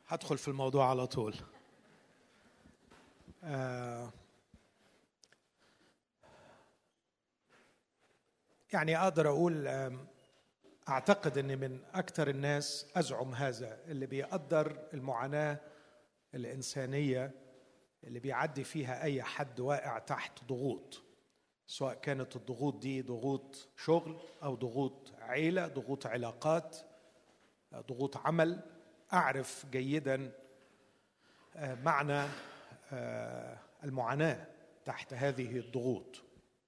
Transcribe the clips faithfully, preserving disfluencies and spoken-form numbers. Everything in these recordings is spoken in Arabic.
هدخل في الموضوع على طول. آه يعني أقدر أقول آه أعتقد أني من أكثر الناس أزعم هذا اللي بيقدر المعاناة الإنسانية اللي بيعدي فيها أي حد واقع تحت ضغوط، سواء كانت الضغوط دي ضغوط شغل أو ضغوط عيلة، ضغوط علاقات، ضغوط عمل. أعرف جيداً معنى المعاناة تحت هذه الضغوط.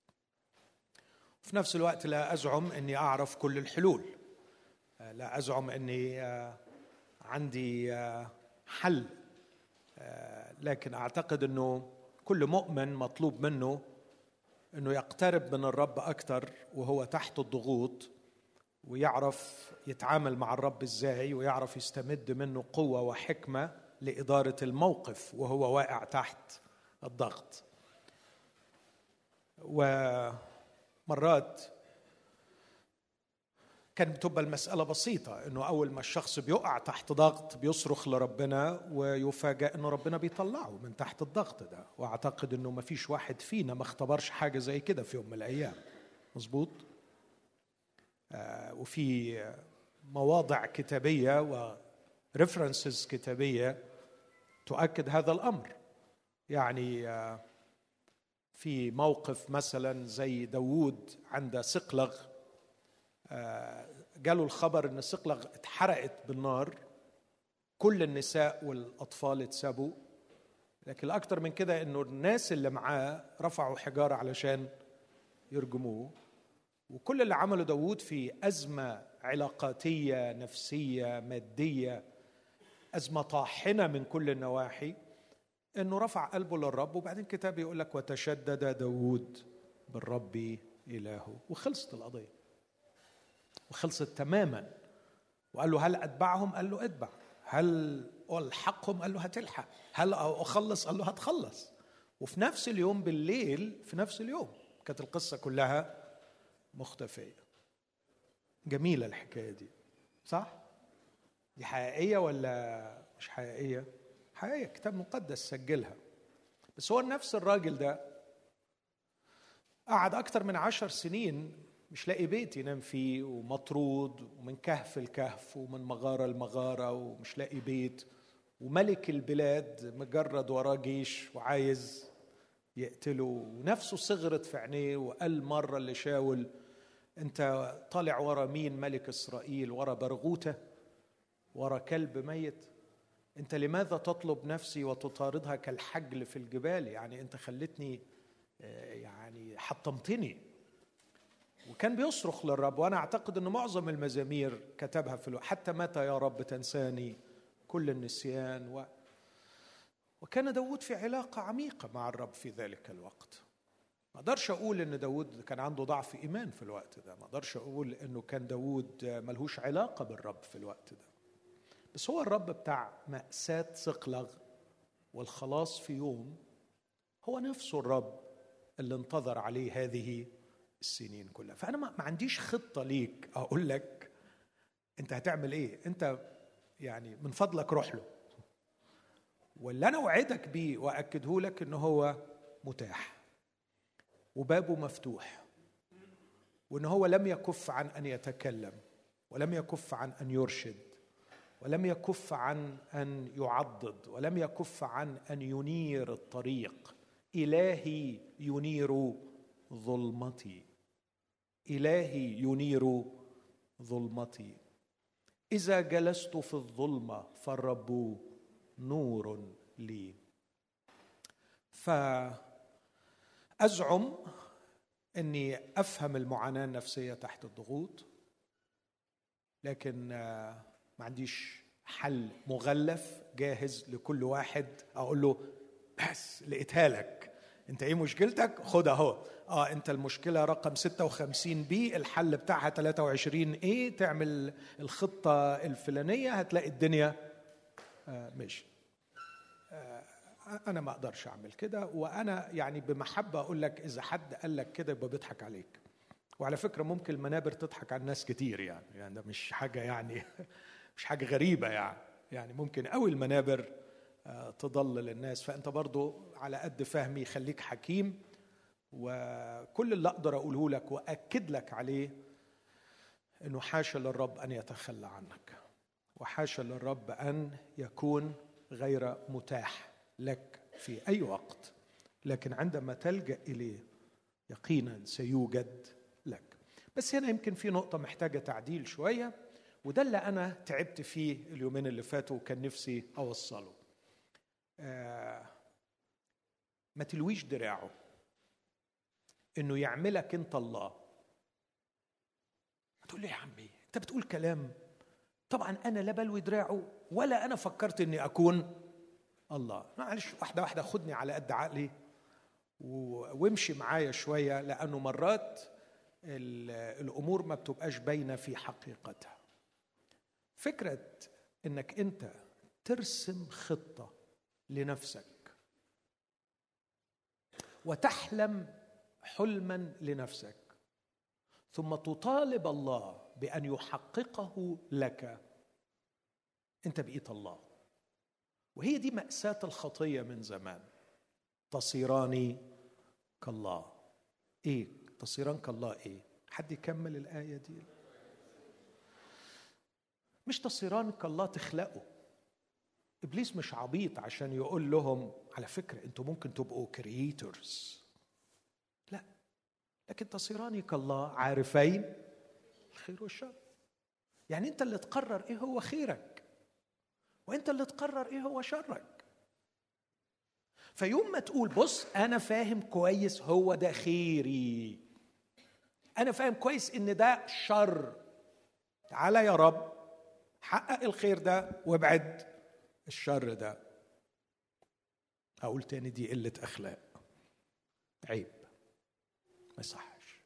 في نفس الوقت لا أزعم أني أعرف كل الحلول، لا أزعم أني عندي حل، لكن أعتقد أنه كل مؤمن مطلوب منه أنه يقترب من الرب أكثر وهو تحت الضغوط، ويعرف يتعامل مع الرب إزاي، ويعرف يستمد منه قوة وحكمة لإدارة الموقف وهو واقع تحت الضغط. ومرات كانت بتبقى المسألة بسيطة، إنه أول ما الشخص بيقع تحت ضغط بيصرخ لربنا ويفاجأ إنه ربنا بيطلعه من تحت الضغط ده. وأعتقد إنه ما فيش واحد فينا ما اختبرش حاجة زي كده في يوم من الأيام، مظبوط؟ آه وفي مواضع كتابية وريفرنسز كتابية تؤكد هذا الأمر. يعني آه في موقف مثلا زي داوود عند صقلغ، جاله الخبر ان صقلغ اتحرقت بالنار، كل النساء والاطفال اتسابوا، لكن الاكثر من كده انه الناس اللي معاه رفعوا حجاره علشان يرجموه. وكل اللي عمله داوود في ازمه علاقاتيه نفسيه ماديه، ازمه طاحنه من كل النواحي، انه رفع قلبه للرب. وبعدين الكتاب يقول لك وتشدد داوود بالرب إلهه، وخلصت القضيه وخلصت تماما. وقال له هل أتبعهم؟ قال له اتبع. هل ألحقهم؟ قال له هتلحق. هل أخلص؟ قال له هتخلص. وفي نفس اليوم بالليل، في نفس اليوم كانت القصة كلها مختفية. جميلة الحكاية دي، صح؟ دي حقيقية ولا مش حقيقية؟ حقيقية، كتاب مقدس سجلها. بس هو نفس الراجل ده قعد أكتر من عشر سنين مش لاقي بيت ينام فيه، ومطرود ومن كهف الكهف ومن مغارة المغارة، ومش لاقي بيت، وملك البلاد مجرد وراه جيش وعايز يقتله، ونفسه صغرت في عينيه. وقال مرة اللي شاول انت طالع ورا مين؟ ملك إسرائيل؟ ورا برغوتة؟ ورا كلب ميت؟ انت لماذا تطلب نفسي وتطاردها كالحجل في الجبال؟ يعني انت خلتني، يعني حطمتني. وكان بيصرخ للرب. وأنا أعتقد أن معظم المزامير كتبها في الوقت، حتى متى يا رب تنساني كل النسيان. و... وكان داود في علاقة عميقة مع الرب في ذلك الوقت. ما أقدرش أقول أن داود كان عنده ضعف إيمان في الوقت ده، ما أقدرش أقول أنه كان داود ملهوش علاقة بالرب في الوقت ده. بس هو الرب بتاع مأساة صقلغ والخلاص في يوم هو نفسه الرب اللي انتظر عليه هذه السنين كلها. فأنا ما عنديش خطة ليك أقول لك أنت هتعمل إيه. أنت يعني من فضلك روح له، واللي أنا أوعدك بيه وأكده لك إنه هو متاح وبابه مفتوح، وإنه هو لم يكف عن أن يتكلم، ولم يكف عن أن يرشد، ولم يكف عن أن يعضد، ولم يكف عن أن ينير الطريق. إلهي ينير ظلمتي، إلهي ينير ظلمتي. إذا جلست في الظلمة فالرب نور لي. فأزعم أني أفهم المعاناة النفسية تحت الضغوط، لكن ما عنديش حل مغلف جاهز لكل واحد أقول له بس لقيتها لك، انت ايه مشكلتك؟ خدها اهو. اه انت المشكله رقم ستة وخمسين بي، الحل بتاعها ثلاثة وعشرين ايه، تعمل الخطه الفلانيه هتلاقي الدنيا آه ماشي. آه انا ما اقدرش اعمل كده. وانا يعني بمحبه اقول لك اذا حد قال لك كده يبقى بيضحك عليك. وعلى فكره ممكن المنابر تضحك على الناس كتير، يعني يعني ده مش حاجه، يعني مش حاجه غريبه يعني. يعني ممكن قوي المنابر تضلل الناس. فأنت برضو على قد فهمي خليك حكيم، وكل اللي أقدر أقوله لك وأكد لك عليه أنه حاشا للرب أن يتخلى عنك، وحاشا للرب أن يكون غير متاح لك في أي وقت، لكن عندما تلجأ إليه يقينا سيوجد لك. بس هنا يمكن في نقطة محتاجة تعديل شوية، وده اللي أنا تعبت فيه اليومين اللي فاتوا وكان نفسي أوصله. آه ما تلويش دراعه إنه يعملك أنت الله. هتقول لي يا عمي أنت بتقول كلام، طبعا أنا لا بلوي دراعه ولا أنا فكرت إني أكون الله. معلش واحدة واحدة، خدني على قد عقلي وامشي معايا شوية، لأنه مرات الأمور ما بتبقاش باينة في حقيقتها. فكرة إنك أنت ترسم خطة لنفسك وتحلم حلما لنفسك ثم تطالب الله بأن يحققه لك، أنت بقيت الله. وهي دي مأساة الخطية من زمان. تصيران كالله. إيه تصيران كالله؟ إيه؟ حد يكمل الآية دي؟ مش تصيران كالله تخلقه. إبليس مش عبيط عشان يقول لهم على فكرة أنتوا ممكن تبقوا كرييتورز، لا، لكن تصيران كالله عارفين الخير والشر. يعني أنت اللي تقرر إيه هو خيرك، وأنت اللي تقرر إيه هو شرك. فيوم ما تقول بص أنا فاهم كويس هو ده خيري، أنا فاهم كويس إن ده شر، تعالى يا رب حقق الخير ده وابعد الشر ده. أقول تاني، دي قلة أخلاق، عيب، ما يصحش.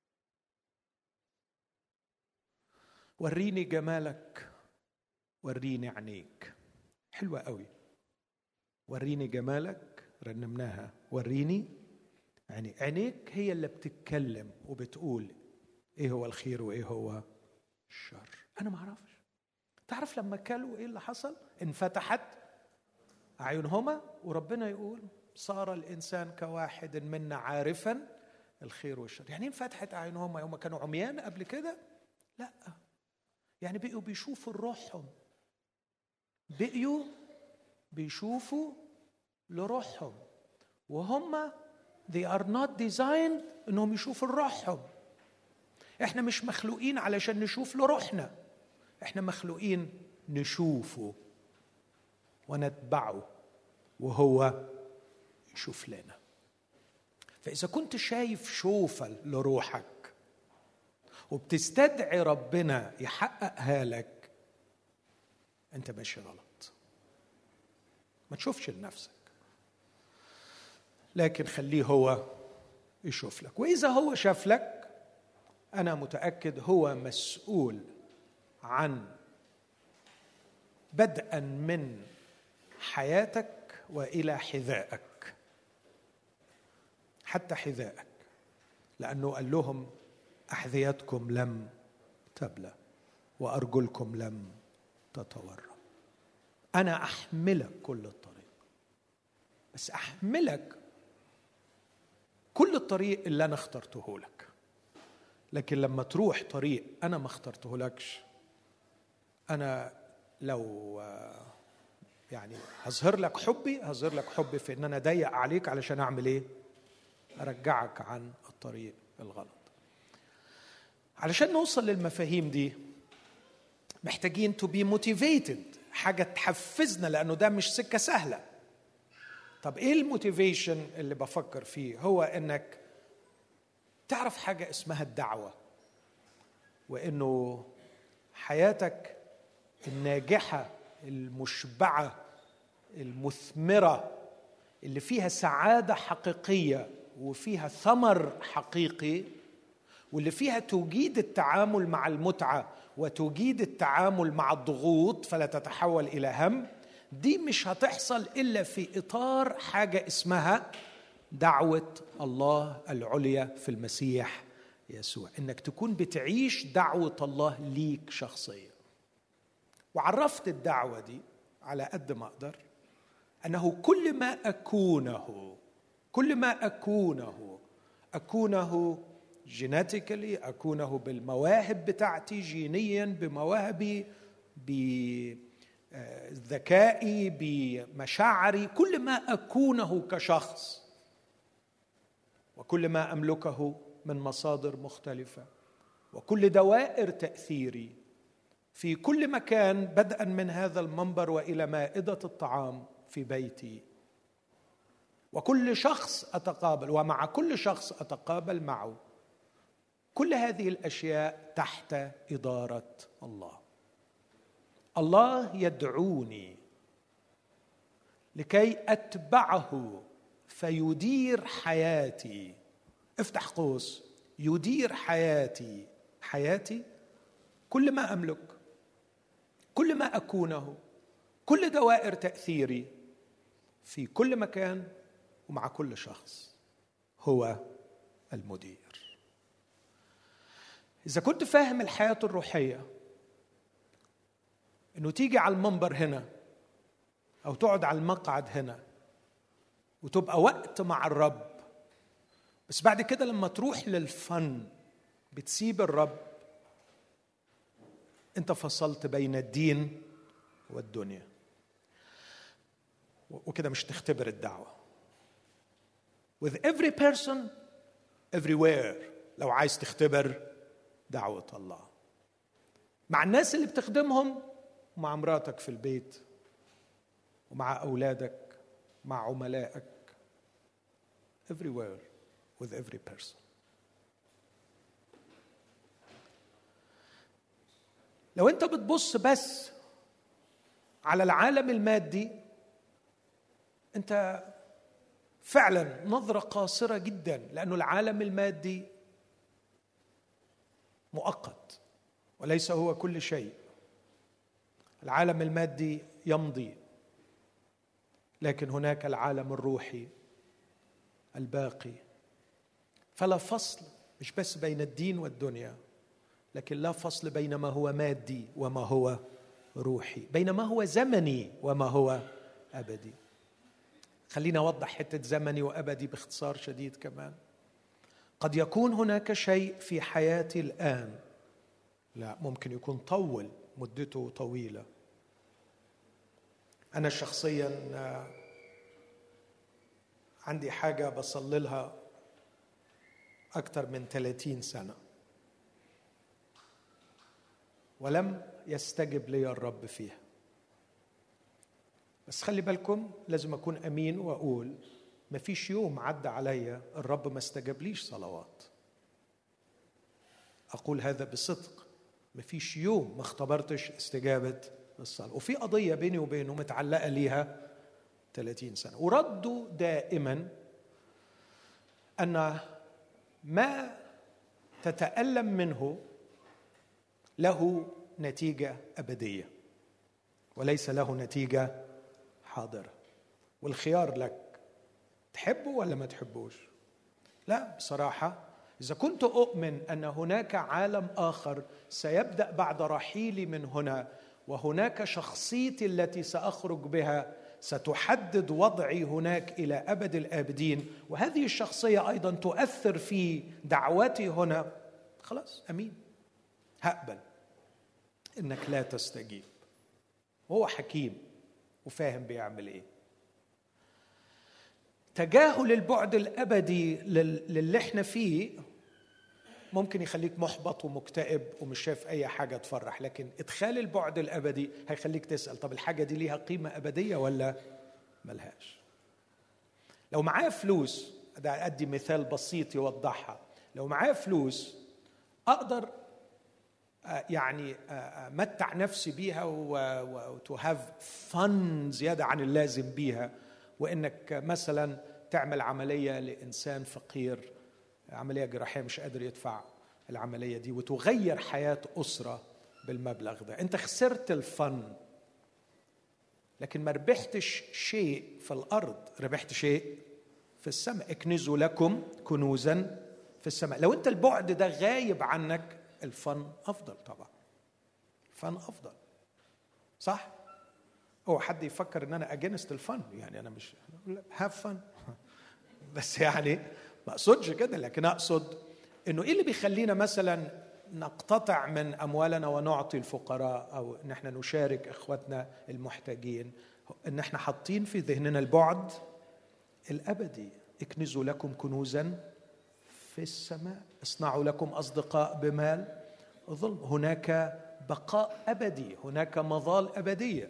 وريني جمالك، وريني عينيك. حلوة قوي، وريني جمالك، رنمناها. وريني يعني عينيك هي اللي بتتكلم وبتقول ايه هو الخير وايه هو الشر. انا ما اعرفش. تعرف لما كلوا ايه اللي حصل؟ انفتحت اعينهما، وربنا يقول صار الانسان كواحد منا عارفا الخير والشر. يعني انفتحت اعينهما يوم كانوا عميان قبل كده؟ لا، يعني بقوا بيشوفوا الروحهم، بقوا بيشوفوا لروحهم، وهم they are not designed انهم يشوفوا لروحهم. احنا مش مخلوقين علشان نشوف لروحنا، احنا مخلوقين نشوفه ونتبعه وهو يشوف لنا. فإذا كنت شايف شوفة لروحك وبتستدعي ربنا يحققها لك، انت ماشي غلط. ما تشوفش لنفسك، لكن خليه هو يشوف لك. وإذا هو شاف لك، أنا متأكد هو مسؤول عن بدءا من حياتك وإلى حذائك، حتى حذائك، لأنه قال لهم أحذيتكم لم تبلى وأرجلكم لم تتورم. أنا أحملك كل الطريق، بس أحملك كل الطريق اللي أنا اخترته لك. لكن لما تروح طريق أنا ما اخترته لكش، أنا لو يعني هظهر لك حبي، هظهر لك حبي في إن أنا ضيق عليك علشان أعمل إيه؟ أرجعك عن الطريق الغلط. علشان نوصل للمفاهيم دي محتاجين to be motivated، حاجة تحفزنا، لأنه ده مش سكة سهلة. طب إيه الموتيفيشن اللي بفكر فيه؟ هو إنك تعرف حاجة اسمها الدعوة، وإنه حياتك الناجحة المشبعة المثمرة اللي فيها سعادة حقيقية وفيها ثمر حقيقي، واللي فيها توجيد التعامل مع المتعة وتوجيد التعامل مع الضغوط فلا تتحول إلى هم، دي مش هتحصل إلا في إطار حاجة اسمها دعوة الله العليا في المسيح يسوع. إنك تكون بتعيش دعوة الله ليك شخصيا. وعرفت الدعوة دي على قد ما أقدر أنه كل ما أكونه كل ما أكونه أكونه جيناتيكالي، أكونه بالمواهب بتاعتي جينيا، بمواهبي، بذكائي، بمشاعري، كل ما أكونه كشخص وكل ما أملكه من مصادر مختلفة وكل دوائر تأثيري في كل مكان، بدءا من هذا المنبر وإلى مائدة الطعام في بيتي، وكل شخص أتقابل ومع كل شخص أتقابل معه، كل هذه الأشياء تحت إدارة الله. الله يدعوني لكي أتبعه فيدير حياتي. افتح قوس، يدير حياتي، حياتي، كل ما أملك، كل ما أكونه، كل دوائر تأثيري في كل مكان ومع كل شخص، هو المدير. إذا كنت فاهم الحياة الروحية، إنه تيجي على المنبر هنا أو تقعد على المقعد هنا وتبقى وقت مع الرب، بس بعد كده لما تروح للفن بتسيب الرب، أنت فصلت بين الدين والدنيا، وكده مش تختبر الدعوة. with every person everywhere لو عايز تختبر دعوة الله، مع الناس اللي بتخدمهم، ومع مراتك في البيت، ومع أولادك، مع عملائك، everywhere with every person. لو أنت بتبص بس على العالم المادي، أنت فعلا نظرة قاصرة جدا، لأنه العالم المادي مؤقت وليس هو كل شيء. العالم المادي يمضي، لكن هناك العالم الروحي الباقي. فلا فصل، مش بس بين الدين والدنيا، لكن لا فصل بين ما هو مادي وما هو روحي، بين ما هو زمني وما هو أبدي. خلينا أوضح حتة زمني وأبدي باختصار شديد كمان. قد يكون هناك شيء في حياتي الآن، لا، ممكن يكون طول، مدته طويلة. أنا شخصياً عندي حاجة بصلي لها أكثر من ثلاثين سنة ولم يستجب لي الرب فيها. بس خلي بالكم، لازم أكون أمين وأقول ما فيش يوم عدى عليا الرب ما استجابليش صلوات. أقول هذا بصدق، ما فيش يوم ما اختبرتش استجابة الصلاة. وفي قضية بيني وبينه متعلقة ليها ثلاثين سنة، وردوا دائما أن ما تتألم منه له نتيجة أبدية وليس له نتيجة حاضرة، والخيار لك، تحبه ولا ما تحبوش. لا، بصراحة إذا كنت أؤمن أن هناك عالم آخر سيبدأ بعد رحيلي من هنا، وهناك شخصيتي التي سأخرج بها ستحدد وضعي هناك إلى أبد الآبدين، وهذه الشخصية أيضا تؤثر في دعوتي هنا، خلاص أمين، هقبل إنك لا تستجيب. وهو حكيم وفاهم بيعمل إيه. تجاهل البعد الأبدي للي احنا فيه ممكن يخليك محبط ومكتئب ومش شايف أي حاجة تفرح، لكن إدخال البعد الأبدي هيخليك تسأل، طب الحاجة دي ليها قيمة أبدية ولا ملهاش؟ لو معايا فلوس، ده أدي مثال بسيط يوضحها، لو معايا فلوس أقدر يعني أمتع نفسي بيها و to have fun زيادة عن اللازم بيها، وإنك مثلا تعمل عملية لإنسان فقير، عملية جراحية مش قادر يدفع العملية دي، وتغير حياة أسرة بالمبلغ ده. أنت خسرت الفن، لكن ما ربحتش شيء في الأرض، ربحت شيء في السماء. اكنزوا لكم كنوزا في السماء. لو أنت البعد ده غايب عنك، الفن أفضل طبعا، الفن أفضل، صح؟ هو حد يفكر ان انا اجينست الفن، يعني انا مش هاف فن بس يعني ما اقصدش كده، لكن اقصد انه ايه اللي بيخلينا مثلا نقتطع من اموالنا ونعطي الفقراء، او ان احنا نشارك اخواتنا المحتاجين، ان احنا حاطين في ذهننا البعد الابدي. اكنزوا لكم كنوزا في السماء، اصنعوا لكم اصدقاء بمال الظلم، هناك بقاء ابدي، هناك مظال ابديه.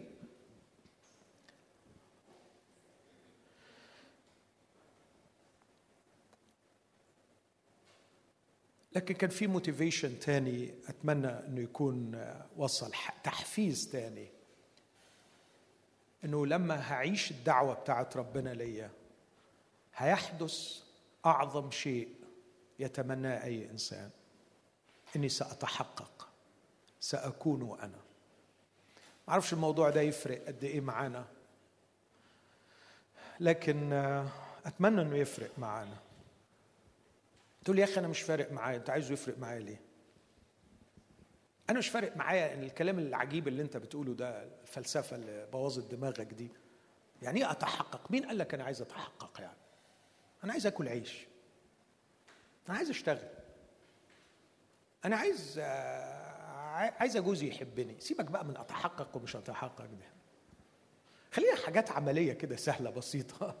لكن كان في موتيفيشن تاني أتمنى أنه يكون وصل، تحفيز تاني، أنه لما هعيش الدعوة بتاعت ربنا ليا هيحدث أعظم شيء يتمناه أي إنسان، أني سأتحقق، سأكون أنا. معرفش الموضوع ده يفرق قد إيه معانا، لكن أتمنى أنه يفرق معانا. تقول يا أخي أنا مش فارق معايا، أنت عايزه يفرق معايا ليه؟ أنا مش فارق معايا إن الكلام العجيب اللي أنت بتقوله ده، الفلسفة اللي بوظت دماغك دي، يعني إيه أتحقق؟ مين قال لك أنا عايز أتحقق؟ يعني أنا عايز أكل عيش، أنا عايز أشتغل، أنا عايز عايز جوزي يحبني. سيبك بقى من أتحقق ومش أتحقق ده، خلينا حاجات عملية كده سهلة بسيطة.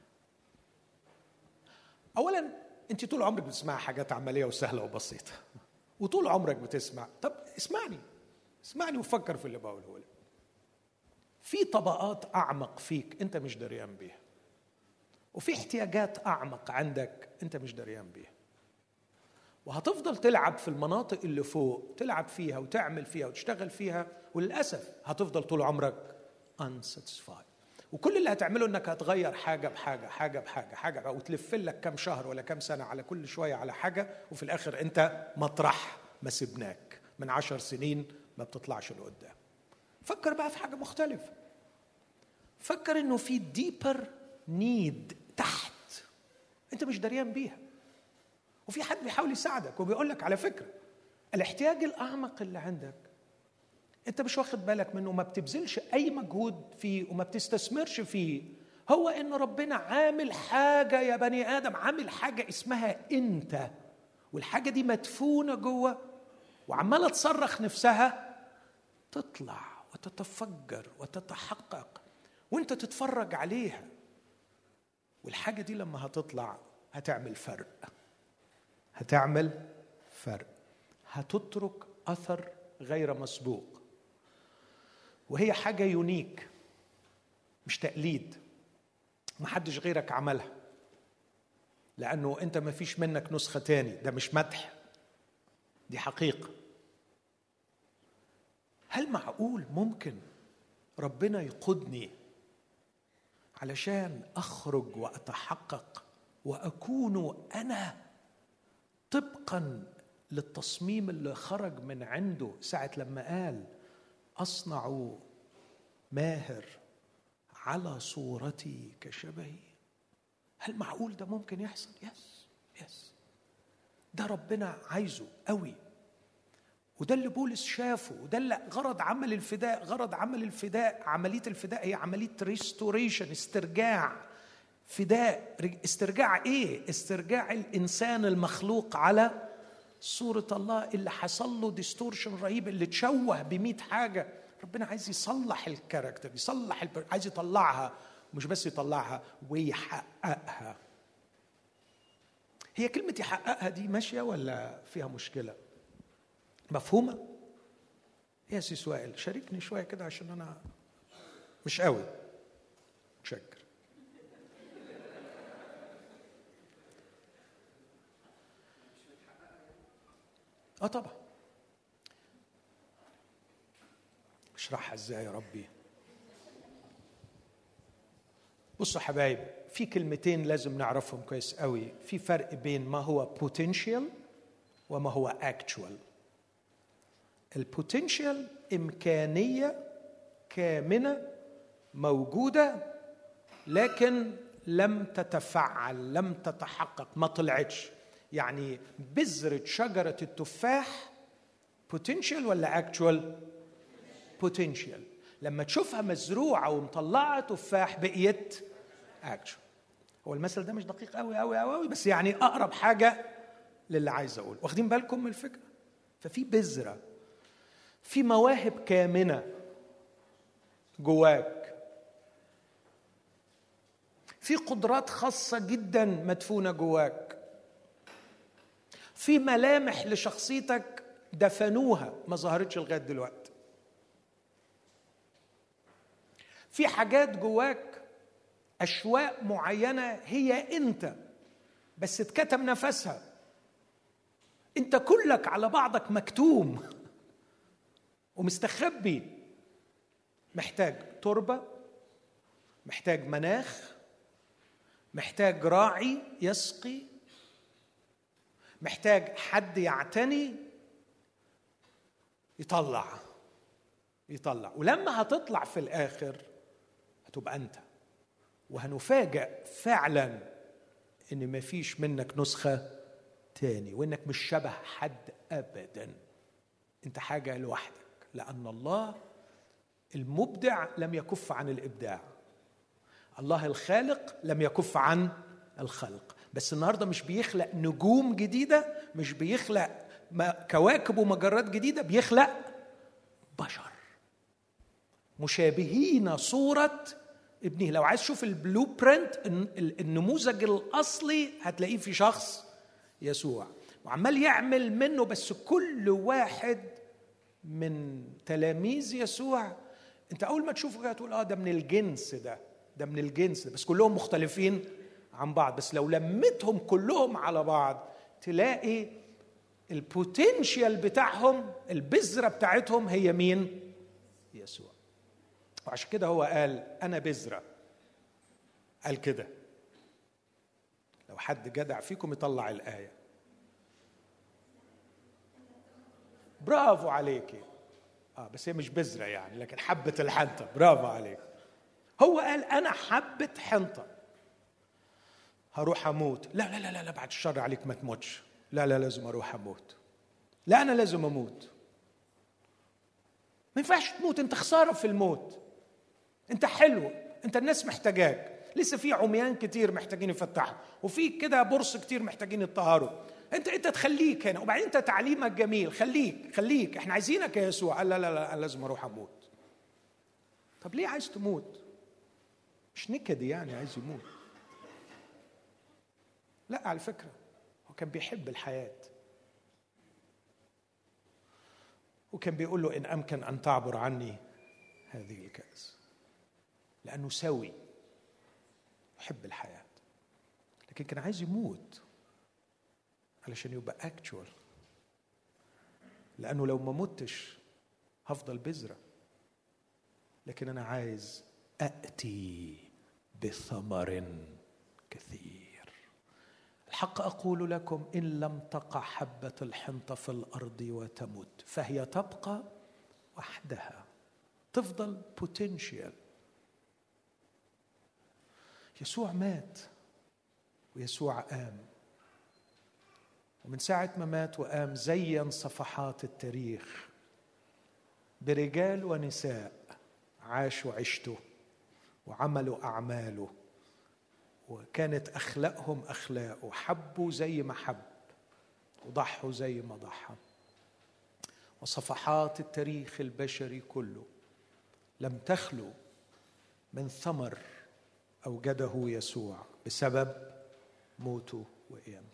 أولاً أنت طول عمرك بتسمع حاجات عملية وسهلة وبسيطة، وطول عمرك بتسمع. طب اسمعني اسمعني وفكر في اللي بقوله لك. في طبقات أعمق فيك أنت مش دريان بيها، وفي احتياجات أعمق عندك أنت مش دريان بيها، وهتفضل تلعب في المناطق اللي فوق، تلعب فيها وتعمل فيها وتشتغل فيها، وللأسف هتفضل طول عمرك unsatisfied. وكل اللي هتعمله انك هتغير حاجة بحاجة حاجة بحاجة حاجة، وتلف لك كم شهر ولا كم سنة على كل شوية على حاجة، وفي الآخر انت مطرح ما سبناك من عشر سنين ما بتطلعش لقدام. فكر بقى في حاجة مختلفة. فكر انه في deeper need تحت انت مش دريان بيها، وفي حد بيحاول يساعدك وبيقول لك على فكرة الاحتياج الأعمق اللي عندك انت مش واخد بالك منه، وما بتبذلش اي مجهود فيه وما بتستثمرش فيه. هو ان ربنا عامل حاجة يا بني آدم، عامل حاجة اسمها انت، والحاجة دي مدفونة جوه وعمالة تصرخ نفسها تطلع وتتفجر وتتحقق، وانت تتفرج عليها. والحاجة دي لما هتطلع هتعمل فرق، هتعمل فرق، هتترك أثر غير مسبوق. وهي حاجة يونيك، مش تقليد، محدش غيرك عملها، لأنه أنت ما فيش منك نسخة تاني. ده مش مدح، دي حقيقة. هل معقول ممكن ربنا يقودني علشان أخرج وأتحقق وأكون أنا طبقاً للتصميم اللي خرج من عنده ساعة لما قال أصنع ماهر على صورتي كشبهي؟ هل معقول ده ممكن يحصل؟ يس يس ده ربنا عايزه قوي، وده اللي بولس شافه، وده اللي غرض عمل الفداء. غرض عمل الفداء، عملية الفداء هي عملية ريستوريشن، استرجاع. فداء استرجاع ايه؟ استرجاع الإنسان المخلوق على صورة الله اللي حصل له ديستورشن رهيب، اللي تشوه بمئة حاجة. ربنا عايز يصلح الكاركتر، يصلح البر... عايز يطلعها، مش بس يطلعها ويحققها. هي كلمة يحققها دي ماشية ولا فيها مشكلة؟ مفهومة؟ يا سي سؤال شاركني شوية كده عشان أنا مش قوي. شكر. اه طبعا. اشرحها ازاي يا ربي؟ بصوا حبايب، في كلمتين لازم نعرفهم كويس قوي. في فرق بين ما هو potential وما هو actual. البوتنشال إمكانية كامنة موجودة لكن لم تتفعل، لم تتحقق، ما طلعتش. يعني بذرة شجرة التفاح potential ولا actual؟ potential. لما تشوفها مزروعة ومطلعة تفاح بقيت أكشن. هو المثل ده مش دقيق قوي قوي قوي، بس يعني أقرب حاجة للي عايز أقول. واخدين بالكم من الفكرة؟ ففي بذرة، في مواهب كامنة جواك، في قدرات خاصة جدا مدفونة جواك، في ملامح لشخصيتك دفنوها ما ظهرتش لغاية دلوقتي، في حاجات جواك، أشواق معينة هي أنت بس اتكتم نفسها. أنت كلك على بعضك مكتوم ومستخبي، محتاج تربة، محتاج مناخ، محتاج راعي يسقي، محتاج حد يعتني، يطلع يطلع ولما هتطلع في الآخر هتبقى أنت. وهنفاجأ فعلا إن مفيش منك نسخة تاني، وإنك مش شبه حد أبدا. أنت حاجة لوحدك، لأن الله المبدع لم يكف عن الإبداع، الله الخالق لم يكف عن الخلق. بس النهاردة مش بيخلق نجوم جديدة، مش بيخلق كواكب ومجرات جديدة، بيخلق بشر مشابهين صورة ابنه. لو عايز تشوف البلو برنت، النموذج الأصلي، هتلاقيه في شخص يسوع، وعمال يعمل منه. بس كل واحد من تلاميذ يسوع انت اول ما تشوفه كده تقول اه ده من الجنس ده ده من الجنس ده، بس كلهم مختلفين عن بعض. بس لو لمتهم كلهم على بعض تلاقي البوتنشيال بتاعهم، البذرة بتاعتهم هي مين؟ يسوع. وعشان كده هو قال أنا بذرة. قال كده. لو حد جدع فيكم يطلع الآية. برافو عليكي. آه بس هي مش بذرة يعني، لكن حبة الحنطة. برافو عليك. هو قال أنا حبة حنطة هروح أموت. لا لا لا لا بعد الشر عليك ما تموتش. لا لا لازم أروح أموت. لا أنا لازم أموت. ما ينفعش تموت، أنت خسارة في الموت. أنت حلو، أنت الناس محتاجاك. لسه في عميان كتير محتاجين يفتحوا، وفي كده برص كتير محتاجين يتطهروا. أنت أنت تخليك هنا، وبعدين أنت تعليمك جميل، خليك خليك إحنا عايزينك يا يسوع. قال لا لا لا أنا لازم أروح أموت. طب ليه عايز تموت؟ مش نكدي يعني عايز يموت. لا على فكرة هو كان بيحب الحياة، وكان بيقول له إن أمكن أن تعبر عني هذه الكأس، لأنه سوي يحب الحياة. لكن كان عايز يموت علشان يبقى أكتشوال، لأنه لو ما متش هفضل بذرة. لكن أنا عايز أأتي بثمر كثير. الحق أقول لكم إن لم تقع حبة الحنطة في الأرض وتمت فهي تبقى وحدها، تفضل بوتنشيال. يسوع مات ويسوع قام، ومن ساعة ما مات وقام زين صفحات التاريخ برجال ونساء عاشوا عشته وعملوا أعماله، وكانت أخلاقهم أخلاقه، حبوا زي ما حب وضحوا زي ما ضحى. وصفحات التاريخ البشري كله لم تخلو من ثمر أوجده يسوع بسبب موته وقيامته.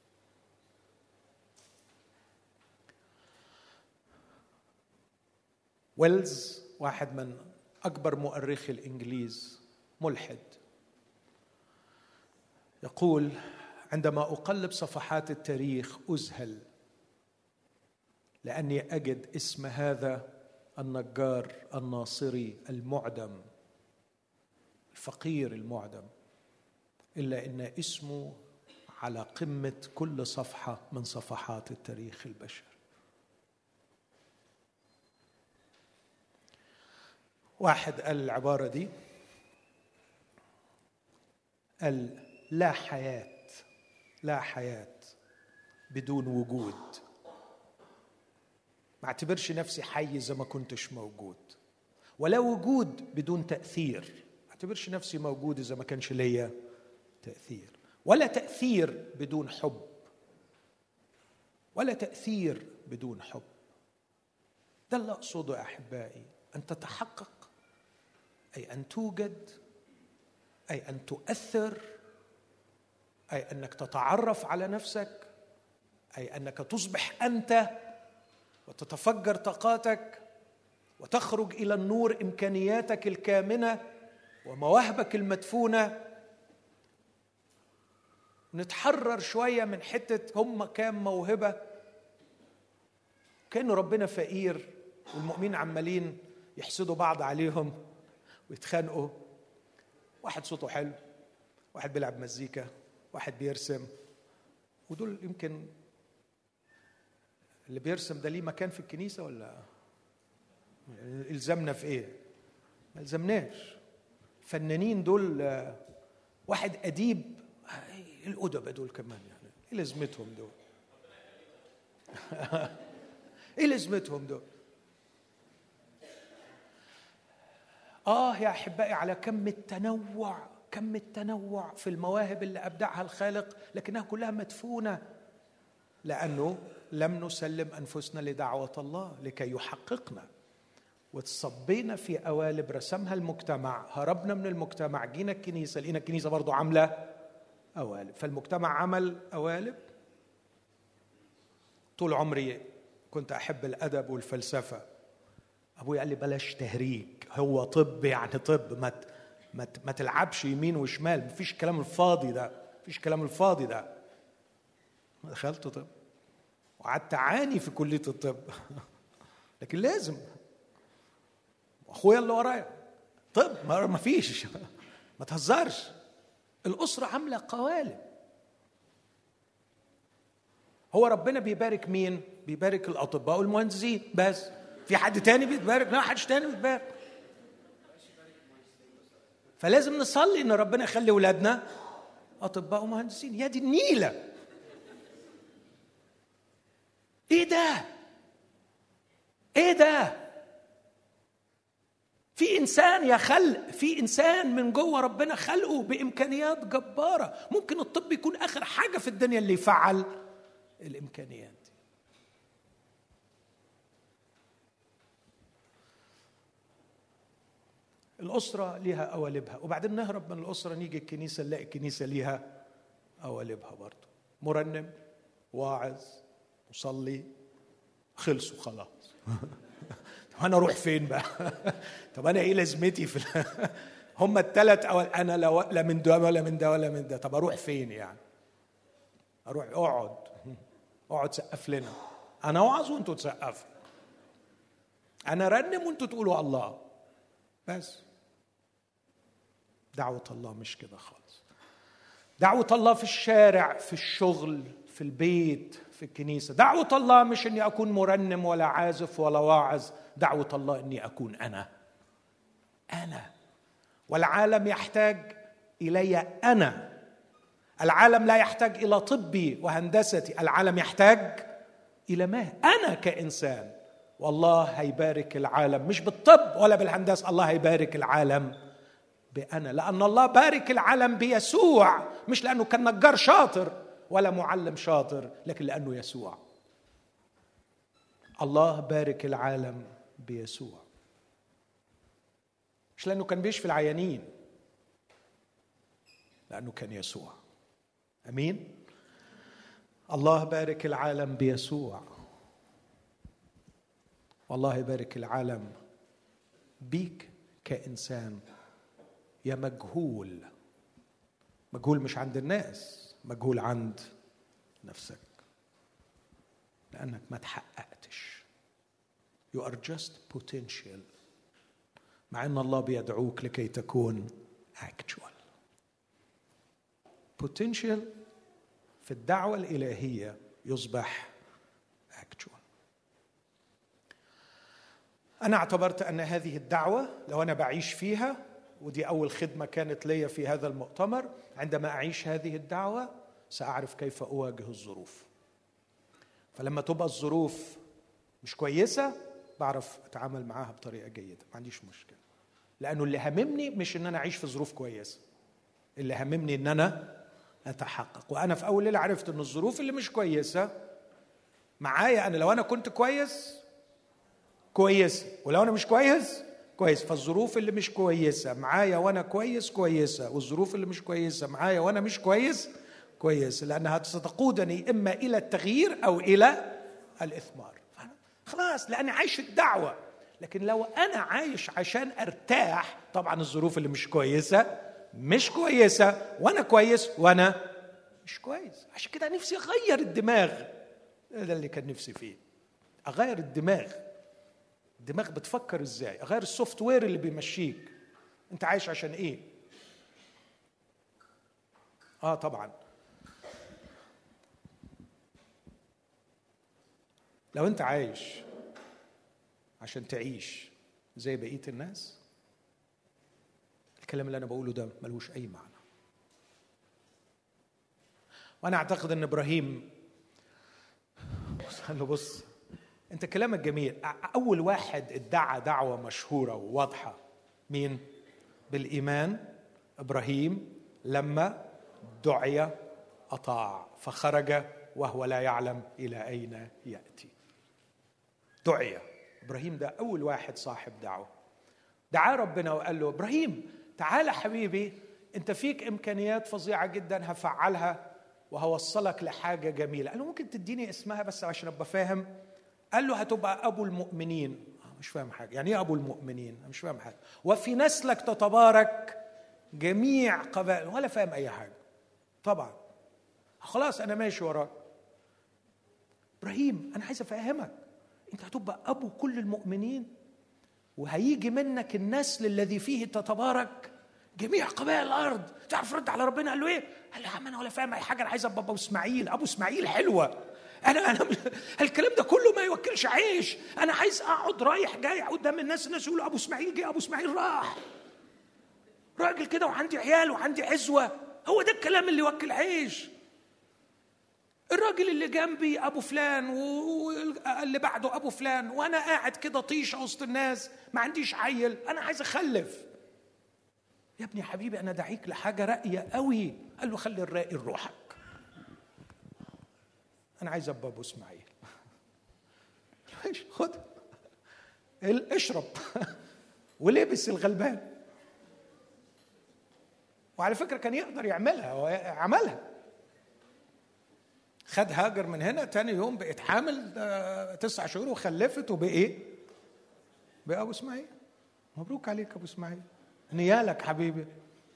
ويلز واحد من أكبر مؤرخي الإنجليز، ملحد، يقول عندما أقلب صفحات التاريخ أذهل لأني أجد اسم هذا النجار الناصري المعدم الفقير المعدم، إلا إن اسمه على قمة كل صفحة من صفحات التاريخ البشري. واحد قال العبارة دي، قال لا حياة لا حياة بدون وجود. ما اعتبرش نفسي حي إذا ما كنتش موجود. ولا وجود بدون تأثير. ما اعتبرش نفسي موجود إذا ما كانش ليا تأثير، ولا تأثير بدون حب، ولا تأثير بدون حب. ده اللي أقصده يا أحبائي، أن تتحقق، أي أن توجد، أي أن تؤثر، أي أنك تتعرف على نفسك، أي أنك تصبح أنت وتتفجر طاقاتك وتخرج إلى النور إمكانياتك الكامنة ومواهبك المدفونة. نتحرر شوية من حتة هم كام موهبة، كأنه ربنا فقير والمؤمنين عمالين يحسدوا بعض عليهم ويتخانقوا. واحد صوته حلو، واحد بيلعب مزيكا، واحد بيرسم، ودول يمكن اللي بيرسم ده ليه مكان في الكنيسة ولا إلزمنا في إيه؟ ما إلزمناش. فنانين دول، واحد أديب، الأدباء دول كمان يعني إيه لازمتهم دول؟ إيه لازمتهم دول؟ آه يا أحبائي على كم التنوع، كم التنوع في المواهب اللي أبدعها الخالق، لكنها كلها مدفونة لأنه لم نسلم أنفسنا لدعوة الله لكي يحققنا. وتصبينا في قوالب رسمها المجتمع، هربنا من المجتمع، جينا الكنيسة، لقينا الكنيسة برضو عاملة قوالب، فالمجتمع عمل قوالب. طول عمري كنت أحب الأدب والفلسفة. أبوي قال لي بلاش تهريج، هو طب يعني طب، ما ما ما تلعبش يمين وشمال، مفيش كلام الفاضي ده، مفيش كلام الفاضي ده. دخلت طب وقعدت أعاني في كلية الطب لكن لازم، أخويا اللي ورايا طب ما فيش، ما تهزرش. الأسرة عاملة قوالب. هو ربنا بيبارك مين؟ بيبارك الأطباء والمهندسين بس. في حد تاني بيتبارك؟ لا، حدش تاني بيتبارك. فلازم نصلي إن ربنا يخلي أولادنا أطباء ومهندسين. يا دي النيلة، إيه ده؟ إيه ده؟ في إنسان يا خلق، في إنسان من جوه ربنا خلقه بإمكانيات جبارة. ممكن الطب يكون آخر حاجة في الدنيا اللي يفعل الإمكانيات دي. الأسرة ليها قوالبها، وبعدين نهرب من الأسرة نيجي الكنيسة نلاقي الكنيسة ليها قوالبها برضو. مرنم، واعظ، مصلي، خلصوا خلاص. طب أنا أروح فين بقى؟ طب أنا إيه لازمتي في هم الثلاث أول؟ أنا لا من ده ولا من ده ولا من ده. طب أروح فين يعني؟ أروح أقعد أقعد سقف لنا. أنا أوعظ وأنتوا تسقفوا، أنا رنم وأنتوا تقولوا الله بس. دعوة الله مش كده خالص. دعوة الله في الشارع، في الشغل، في البيت، في الكنيسة. دعوة الله مش أني أكون مرنم ولا عازف ولا واعظ. دعوة الله أني أكون أنا أنا والعالم يحتاج إلي أنا. العالم لا يحتاج إلى طبي وهندستي، العالم يحتاج إلى ما أنا كإنسان. والله هيبارك العالم مش بالطب ولا بالهندسة، الله هيبارك العالم بأنا، لأن الله بارك العالم بيسوع، مش لأنه كان نجار شاطر ولا معلم شاطر، لكن لأنه يسوع. الله بارك العالم بيسوع، مش لأنه كان بيشفي العيانين، لأنه كان يسوع. أمين. الله بارك العالم بيسوع، والله يبارك العالم بيك كإنسان. يا مجهول، مجهول مش عند الناس، مجهول عند نفسك، لأنك ما تحققتش. You are just potential، مع أن الله بيدعوك لكي تكون actual. potential في الدعوة الإلهية يصبح actual. أنا اعتبرت أن هذه الدعوة لو أنا بعيش فيها، ودي أول خدمة كانت لي في هذا المؤتمر، عندما أعيش هذه الدعوة سأعرف كيف أواجه الظروف. فلما تبقى الظروف مش كويسة بعرف أتعامل معاها بطريقة جيدة، ما عنديش مشكلة، لأنه اللي هممني مش إن أنا أعيش في ظروف كويسة، اللي هممني إن أنا أتحقق. وأنا في أول ليلة عرفت إن الظروف اللي مش كويسة معايا أنا، لو أنا كنت كويس كويسة، ولو أنا مش كويس كويس. فالظروف اللي مش كويسة معايا وأنا كويس كويسة، والظروف اللي مش كويسة معايا وأنا مش كويس كويس، لأنها ستقودني إما إلى التغيير أو إلى الإثمار. خلاص، لأني عايش الدعوة. لكن لو أنا عايش عشان أرتاح، طبعا الظروف اللي مش كويسة مش كويسة، وأنا كويس وأنا مش كويس. عشان كده نفسي أغير الدماغ، ده اللي كان نفسي فيه، أغير الدماغ. الدماغ بتفكر إزاي؟ أغير السوفت وير اللي بيمشيك. أنت عايش عشان إيه؟ آه طبعا لو أنت عايش عشان تعيش زي بقية الناس، الكلام اللي أنا بقوله ده ملوش أي معنى. وأنا أعتقد أن إبراهيم قال له بص، أنت كلامك جميل. أول واحد ادعى دعوة مشهورة وواضحة مين؟ بالإيمان إبراهيم، لما دعي أطاع، فخرج وهو لا يعلم إلى أين يأتي. دعي إبراهيم، ده أول واحد صاحب دعوة. دعا ربنا وقال له إبراهيم تعال حبيبي، أنت فيك إمكانيات فظيعة جدا، هفعلها وهوصلك لحاجة جميلة. قال له ممكن تديني اسمها بس عشان أبقى فاهم؟ قال له هتبقى أبو المؤمنين. مش فاهم حاجة، يعني إيه أبو المؤمنين؟ مش فاهم حاجة. وفي نسلك تتبارك جميع قبائل، ولا فاهم أي حاجة طبعا. خلاص أنا ماشي وراك إبراهيم، أنا عايز أفهمك، أنت هتبقى أبو كل المؤمنين، وهيجي منك النسل الذي فيه تتبارك جميع قبائل الأرض. تعرف رد على ربنا قال له إيه؟ قال له أنا ولا فاهم أي حاجة، أنا عايز أبقى أبو إسماعيل. أبو إسماعيل حلوة، أنا أنا الكلام ده كله ما يوكلش عيش. أنا عايز أقعد رايح جاي قدام الناس، الناس يقولوا أبو إسماعيل جه، أبو إسماعيل راح، راجل كده وعندي عيال وعندي عزوة. هو ده الكلام اللي يوكل عيش. الراجل اللي جنبي أبو فلان واللي بعده أبو فلان، وأنا قاعد كده طيشة وسط الناس، ما عنديش عيل، أنا عايز أخلف. يا ابني حبيبي أنا دعيك لحاجة راقية قوي. قال له خلي الراقي لروحك، أنا عايز أبقى أبو إسماعيل. خد اشرب ولبس الغلبان. وعلى فكرة كان يقدر يعملها وعملها. خد هاجر من هنا، تاني يوم بقت حامل تسع شهور وخلفت، وبقى بقى أبو إسماعيل. مبروك عليك أبو إسماعيل، نيالك حبيبي،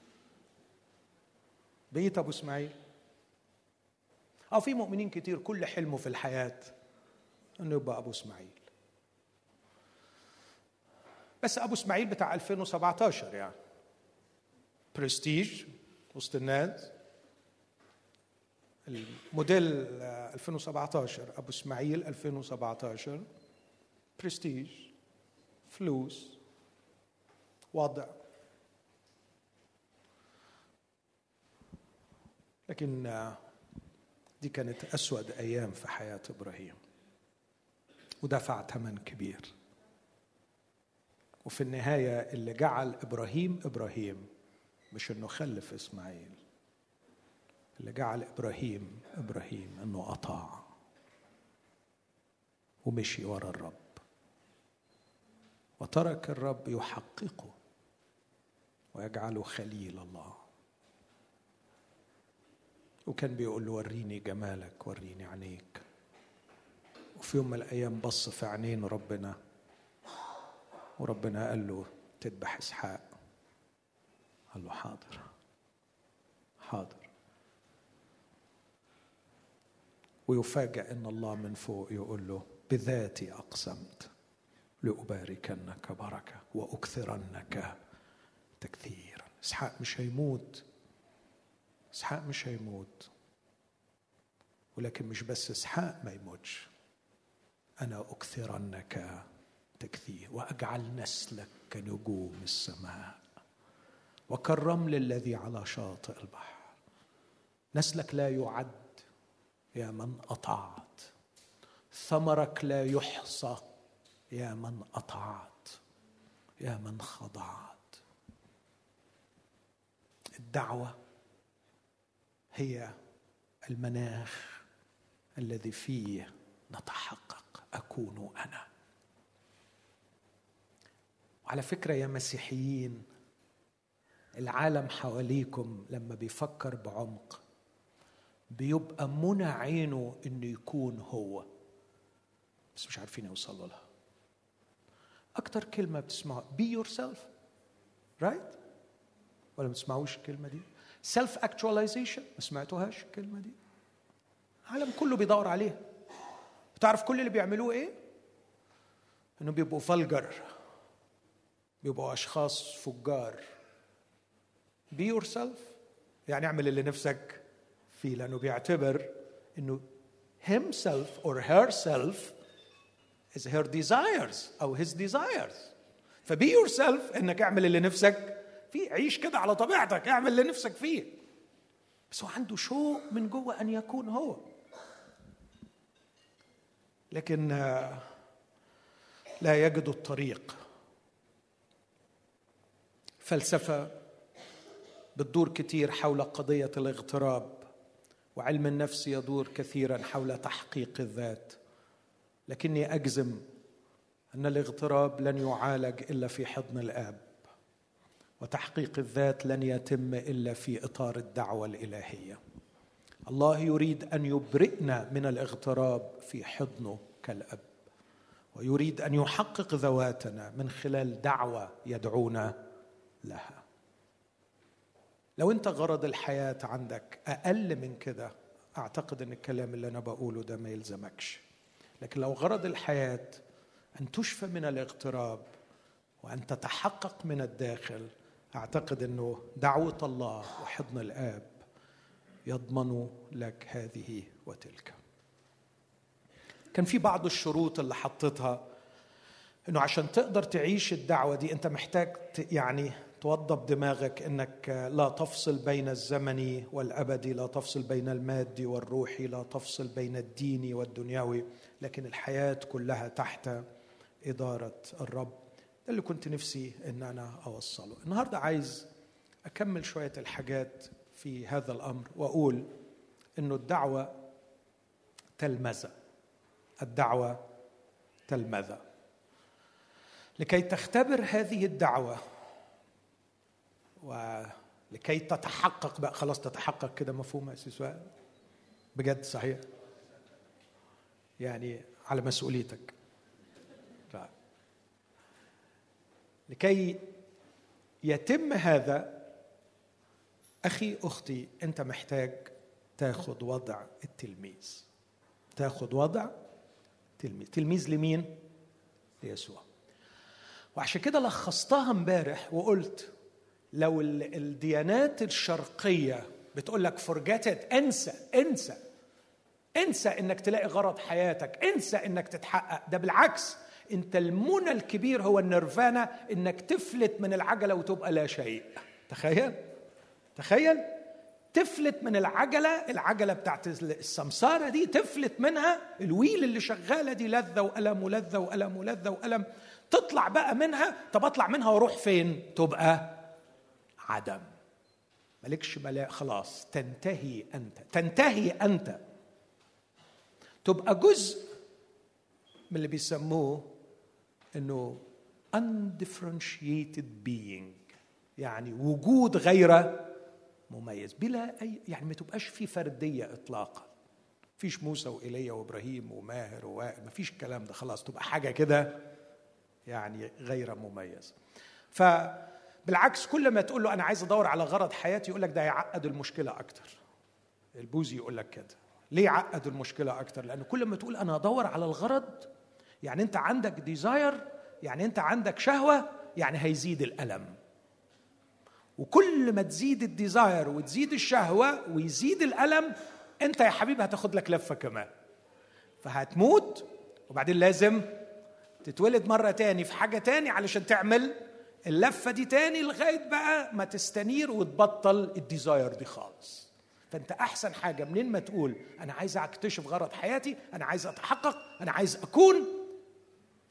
بقيت أبو إسماعيل. أو في مؤمنين كتير كل حلمه في الحياة أنه يبقى أبو إسماعيل، بس أبو إسماعيل بتاع ألفين وسبعتاشر، يعني برستيج وسط الناس. الموديل ألفين وسبعتاشر أبو إسماعيل ألفين وسبعتاشر، برستيج، فلوس، وضع. لكن دي كانت أسود أيام في حياة إبراهيم، ودفع ثمن كبير. وفي النهاية اللي جعل إبراهيم إبراهيم مش إنه خلف إسماعيل، اللي جعل إبراهيم إبراهيم إنه أطاع ومشي ورا الرب، وترك الرب يحققه ويجعله خليل الله. وكان بيقول له وريني جمالك، وريني عينيك. وفي يوم من الأيام بص في عينين ربنا، وربنا قال له تذبح إسحاق. قال له حاضر حاضر. ويفاجأ إن الله من فوق يقول له بذاتي أقسمت لأباركنك بركة وأكثرنك تكثيرا. إسحاق مش هيموت، إسحاق مش هيموت، ولكن مش بس إسحاق ما يموتش، أنا أكثرنك تكثير وأجعل نسلك كنجوم السماء وكالرمل الذي على شاطئ البحر. نسلك لا يعد يا من أطعت، ثمرك لا يحصى يا من أطعت، يا من خضعت. الدعوة هي المناخ الذي فيه نتحقق أكون أنا. وعلى فكرة يا مسيحيين، العالم حواليكم لما بيفكر بعمق بيبقى منى عينه إنه يكون هو، بس مش عارفين يوصلوا لها. أكتر كلمة بتسمعوا be yourself، right؟ ولا ما تسمعوش الكلمة دي؟ self actualization، ما سمعتوهاش الكلمة دي؟ العالم كله بيدور عليها. بتعرف كل اللي بيعملوه إيه؟ إنه بيبقوا فلجر، بيبقوا أشخاص فجار. be yourself يعني اعمل اللي نفسك فيه، لأنه بيعتبر إنه himself or herself is her desires أو his desires. فبي yourself إنك اعمل اللي نفسك فيه، عيش كده على طبيعتك، اعمل اللي نفسك فيه. بس هو عنده شوق من جوه أن يكون هو. لكن لا يجد الطريق. فلسفة بتدور كتير حول قضية الاغتراب، وعلم النفس يدور كثيرا حول تحقيق الذات. لكني أجزم أن الاغتراب لن يعالج إلا في حضن الآب، وتحقيق الذات لن يتم إلا في إطار الدعوة الإلهية. الله يريد أن يبرئنا من الاغتراب في حضنه كالأب، ويريد أن يحقق ذواتنا من خلال دعوة يدعونا لها. لو أنت غرض الحياة عندك أقل من كده، أعتقد أن الكلام اللي أنا بقوله ده ما يلزمكش. لكن لو غرض الحياة أن تشفى من الاغتراب وأن تتحقق من الداخل، أعتقد أنه دعوة الله وحضن الآب يضمن لك هذه وتلك. كان في بعض الشروط اللي حطتها، أنه عشان تقدر تعيش الدعوة دي أنت محتاج يعني توضب دماغك أنك لا تفصل بين الزمني والأبدي، لا تفصل بين المادي والروحي، لا تفصل بين الديني والدنيوي، لكن الحياة كلها تحت إدارة الرب. ده اللي كنت نفسي أن أنا أوصله. النهاردة عايز أكمل شوية الحاجات في هذا الأمر، وأقول أنه الدعوة تلمذة. الدعوة تلمذة. لكي تختبر هذه الدعوة ولكي تتحقق بقى، خلاص تتحقق كده مفهوم يا أسيس سؤال بجد صحيح يعني على مسؤوليتك. لا. لكي يتم هذا أخي أختي، أنت محتاج تاخد وضع التلميذ. تاخد وضع تلميذ. تلميذ لمين؟ ليسوع. وعشان كده لخصتها امبارح وقلت لو الديانات الشرقية بتقول لك forget it، انسى انسى انسى انك تلاقي غرض حياتك، انسى انك تتحقق. ده بالعكس، انت المنى الكبير هو النيرفانا، انك تفلت من العجلة وتبقى لا شيء. تخيل تخيل تفلت من العجلة، العجلة بتاعت السمسارة دي تفلت منها، الويل اللي شغالة دي لذة وألم ولذة وألم ولذة وألم، تطلع بقى منها. طب اطلع منها واروح فين؟ تبقى عدم، مالكش ملاء، خلاص تنتهي أنت، تنتهي أنت، تبقى جزء من اللي بيسموه إنه undifferentiated being، يعني وجود غير مميز بلا أي، يعني ما تبقاش في فردية إطلاقا. فيش موسى وإيليا وإبراهيم وماهر ووائل، ما فيش الكلام ده، خلاص تبقى حاجة كده يعني غير مميز. فبالعكس كل ما تقول له أنا عايز أدور على غرض حياتي يقول لك ده يعقد المشكلة أكتر. البوذي يقول لك كده. ليه يعقد المشكلة أكتر؟ لأن كل ما تقول أنا أدور على الغرض، يعني أنت عندك ديزاير، يعني أنت عندك شهوة، يعني هيزيد الألم. وكل ما تزيد الديزاير وتزيد الشهوة ويزيد الألم، أنت يا حبيبي هتاخد لك لفة كمان، فهتموت وبعدين لازم تتولد مرة تاني في حاجة تاني علشان تعمل اللفة دي تاني، لغاية بقى ما تستنير وتبطل الديزاير دي خالص. فأنت أحسن حاجة منين ما تقول أنا عايز أكتشف غرض حياتي، أنا عايز أتحقق، أنا عايز أكون،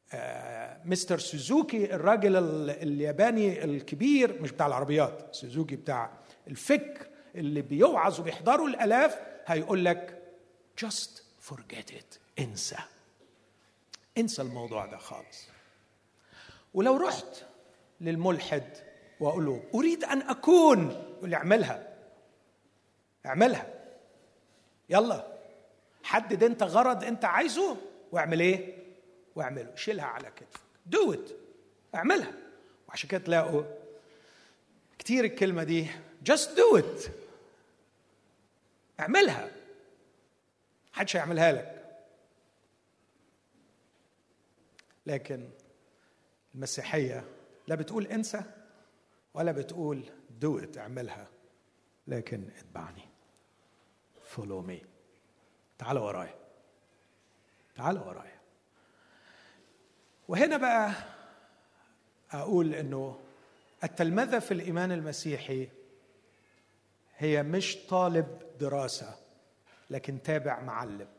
آه مستر سوزوكي الراجل الياباني الكبير، مش بتاع العربيات، سوزوكي بتاع الفكر اللي بيوعظ وبيحضروا الآلاف، هيقول لك just forget it. انسى انسى الموضوع ده خالص. ولو رحت للملحد واقول له اريد ان اكون، يقول لي اعملها اعملها يلا، حدد انت غرض انت عايزه واعمل ايه واعمله، شيلها على كتفك، do it، اعملها. وعشان كده تلاقوا كتير الكلمه دي just do it، اعملها، محدش هيعملها لك. لكن المسيحيه لا بتقول انسى ولا بتقول do it اعملها، لكن اتبعني، follow me، تعال ورايا تعال ورايا. وهنا بقى أقول إنه التلمذة في الإيمان المسيحي هي مش طالب دراسة لكن تابع معلم.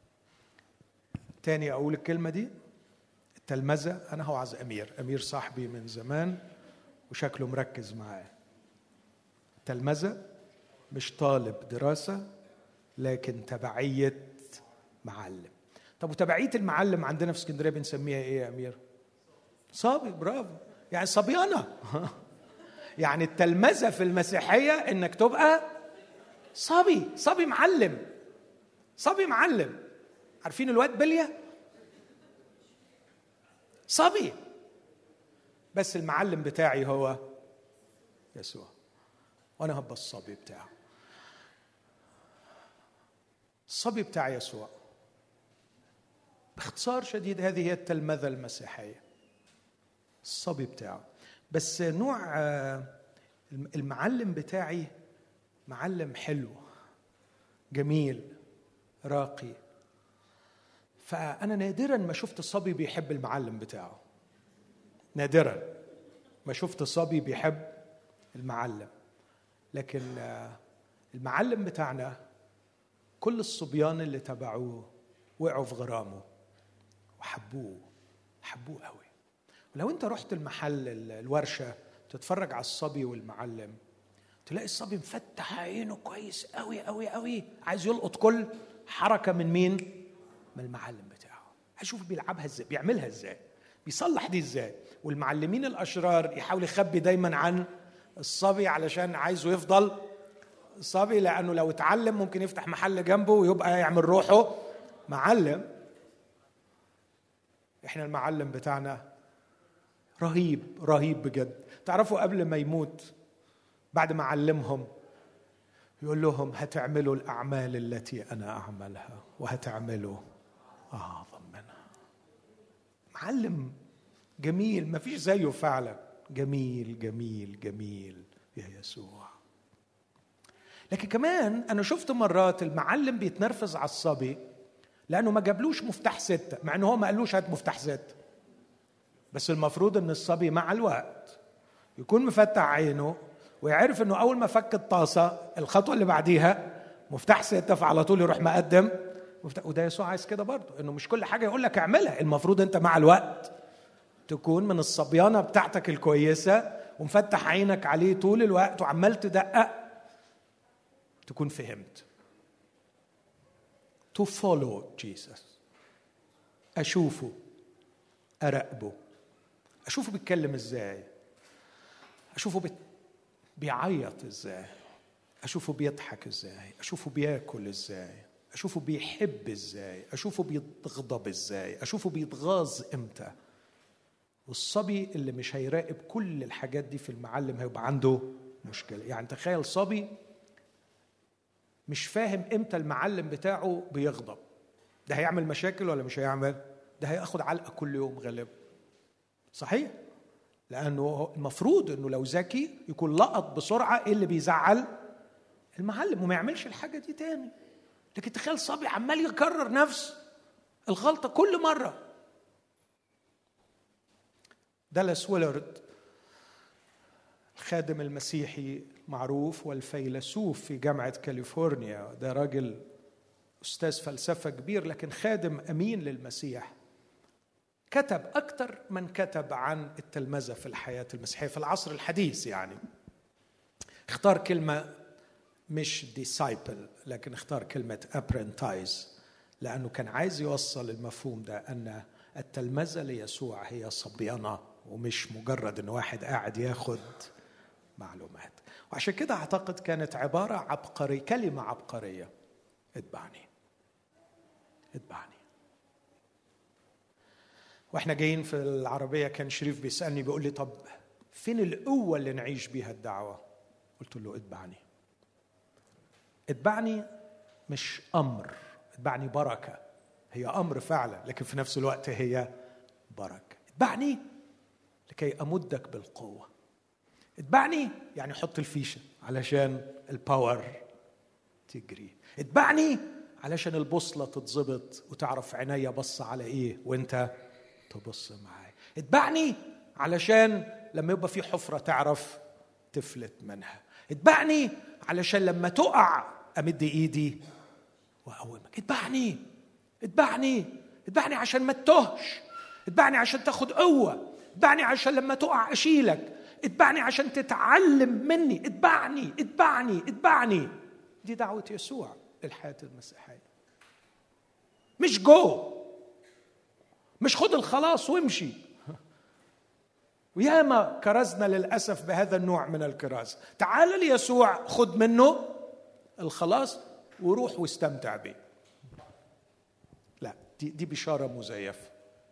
تاني أقول الكلمة دي، التلمذة، أنا هوعظ أمير أمير صاحبي من زمان وشكله مركز معاه. التلمذة مش طالب دراسة لكن تبعية معلم. طب وتبعية المعلم عندنا في اسكندرية بنسميها ايه يا امير؟ صبي. برافو، يعني صبيانة. يعني التلمذة في المسيحية انك تبقى صبي صبي معلم صبي معلم. عارفين الواد بلية؟ صبي، بس المعلم بتاعي هو يسوع، وانا هبقى الصبي بتاعه. الصبي بتاع يسوع. باختصار شديد هذه هي التلمذة المسيحية، الصبي بتاعه. بس نوع المعلم بتاعي معلم حلو جميل راقي. فأنا نادراً ما شفت صبي بيحب المعلم بتاعه، نادراً ما شفت صبي بيحب المعلم. لكن المعلم بتاعنا كل الصبيان اللي تبعوه وقعوا في غرامه وحبوه حبوه قوي. ولو انت رحت المحل الورشة تتفرج على الصبي والمعلم، تلاقي الصبي مفتح عينه كويس قوي قوي قوي، عايز يلقط كل حركة من مين؟ من المعلم بتاعه. هشوف بيلعبها ازاي، بيعملها ازاي، بيصلح دي ازاي. والمعلمين الأشرار يحاول يخبي دايما عن الصبي علشان عايزه يفضل صبي، لأنه لو اتعلم ممكن يفتح محل جنبه ويبقى يعمل روحه معلم. احنا المعلم بتاعنا رهيب رهيب بجد. تعرفوا قبل ما يموت بعد ما علمهم يقول لهم هتعملوا الأعمال التي أنا أعملها وهتعملوا أعظم منها. معلم جميل ما فيش زيه فعلا، جميل جميل جميل يا يسوع. لكن كمان أنا شفت مرات المعلم بيتنرفز على الصبي لأنه ما جابلوش مفتاح ستة، مع أنه هو ما قالوش هات مفتاح ستة، بس المفروض أن الصبي مع الوقت يكون مفتح عينه ويعرف أنه أول ما فك الطاسة الخطوة اللي بعديها مفتاح ستة، فعلى طول يروح مقدم مفتاح. وده يسوع عايز كده برضه، أنه مش كل حاجة يقول لك اعملها، المفروض أنت مع الوقت تكون من الصبيانة بتاعتك الكويسة ومفتح عينك عليه طول الوقت وعمال تدقق، تكون فهمت. to follow Jesus، أشوفه أراقبه، أشوفه بيتكلم إزاي، أشوفه بي... بيعيط إزاي، أشوفه بيضحك إزاي، أشوفه بياكل إزاي، أشوفه بيحب إزاي، أشوفه بيتغضب إزاي، أشوفه بيتغاظ إمتى. والصبي اللي مش هيراقب كل الحاجات دي في المعلم هيبقى عنده مشكلة. يعني تخيل صبي مش فاهم إمتى المعلم بتاعه بيغضب، ده هيعمل مشاكل ولا مش هيعمل؟ ده هياخد علقة كل يوم غالبا، صحيح؟ لأنه المفروض أنه لو ذكي يكون لقط بسرعة إيه اللي بيزعل المعلم وما يعملش الحاجة دي تاني. لكن تخيل صبي عمال يكرر نفس الغلطة كل مرة. دالاس ويلارد الخادم المسيحي معروف والفيلسوف في جامعة كاليفورنيا، ده راجل أستاذ فلسفة كبير لكن خادم أمين للمسيح، كتب أكثر من كتب عن التلمذة في الحياة المسيحية في العصر الحديث. يعني اختار كلمة مش disciple لكن اختار كلمة apprentice، لأنه كان عايز يوصل المفهوم ده أن التلمذة ليسوع هي صبيانة ومش مجرد أن واحد قاعد ياخد معلومات. وعشان كده أعتقد كانت عبارة عبقرية، كلمة عبقرية، اتبعني اتبعني. واحنا جايين في العربية كان شريف بيسألني بيقول لي طب فين القوة اللي نعيش بيها الدعوة؟ قلت له اتبعني. اتبعني مش أمر، اتبعني بركة. هي أمر فعلا لكن في نفس الوقت هي بركة. اتبعني لكي أمدك بالقوة. اتبعني يعني حط الفيشة علشان الباور تجري. اتبعني علشان البوصلة تتظبط وتعرف عينيا بص على ايه وانت تبص معايا. اتبعني علشان لما يبقى في حفرة تعرف تفلت منها. اتبعني علشان لما تقع امد ايدي واقومك. اتبعني اتبعني اتبعني عشان ما تتهش. اتبعني عشان تاخد قوة. اتبعني عشان لما تقع اشيلك. اتبعني عشان تتعلم مني. اتبعني اتبعني اتبعني. دي دعوة يسوع للحياة المسيحية. مش جو، مش خد الخلاص وامشي. وياما كرزنا للأسف بهذا النوع من الكراز. تعال ليسوع خد منه الخلاص وروح واستمتع به. لا، دي, دي بشارة مزيفة.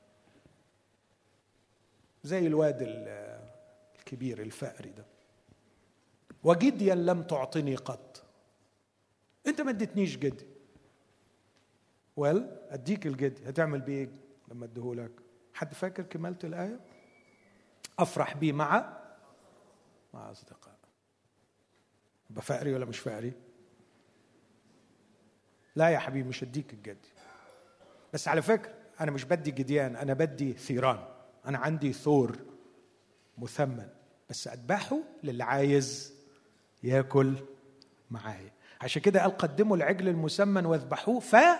زي الواد الكبير الفقري ده، وجديا لم تعطني قط. انت ما اديتنيش جدي. ويل اديك الجدي، هتعمل بيه ايه لما اديهولك؟ حد فاكر كمالة الآية؟ افرح بيه مع مع اصدقاء. يبقى فقري ولا مش فقري؟ لا يا حبيبي مش اديك الجدي. بس على فكرة انا مش بدي جديان، انا بدي ثيران. انا عندي ثور مثمن بس اذبحه للي عايز ياكل معايا. عشان كده قال قدموا العجل المسمن واذبحوه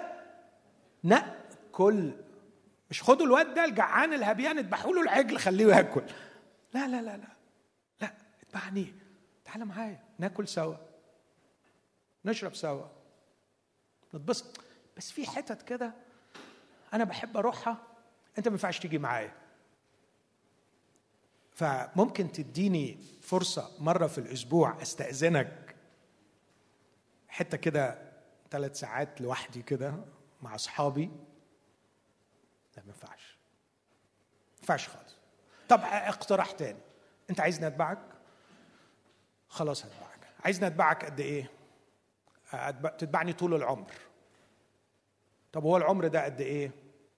فنأكل. مش خدوا الواد ده الجعان الهبيان اذبحوا له العجل خليه ياكل. لا لا لا لا لا، اتبعني، تعال معايا ناكل سوا، نشرب سوا، نتبسط. بس في حتت كده انا بحب اروحها، انت ما ينفعش تيجي معايا. فممكن تديني فرصة مرة في الأسبوع أستأذنك حتة كده ثلاث ساعات لوحدي كده مع أصحابي؟ لا ما ينفعش، ما ينفعش خالص. طب اقتراح تاني، أنت عايزني أتبعك؟ خلاص هتبعك. عايزني أتبعك قد إيه؟ أتبع... تتبعني طول العمر. طب هو العمر ده قد إيه؟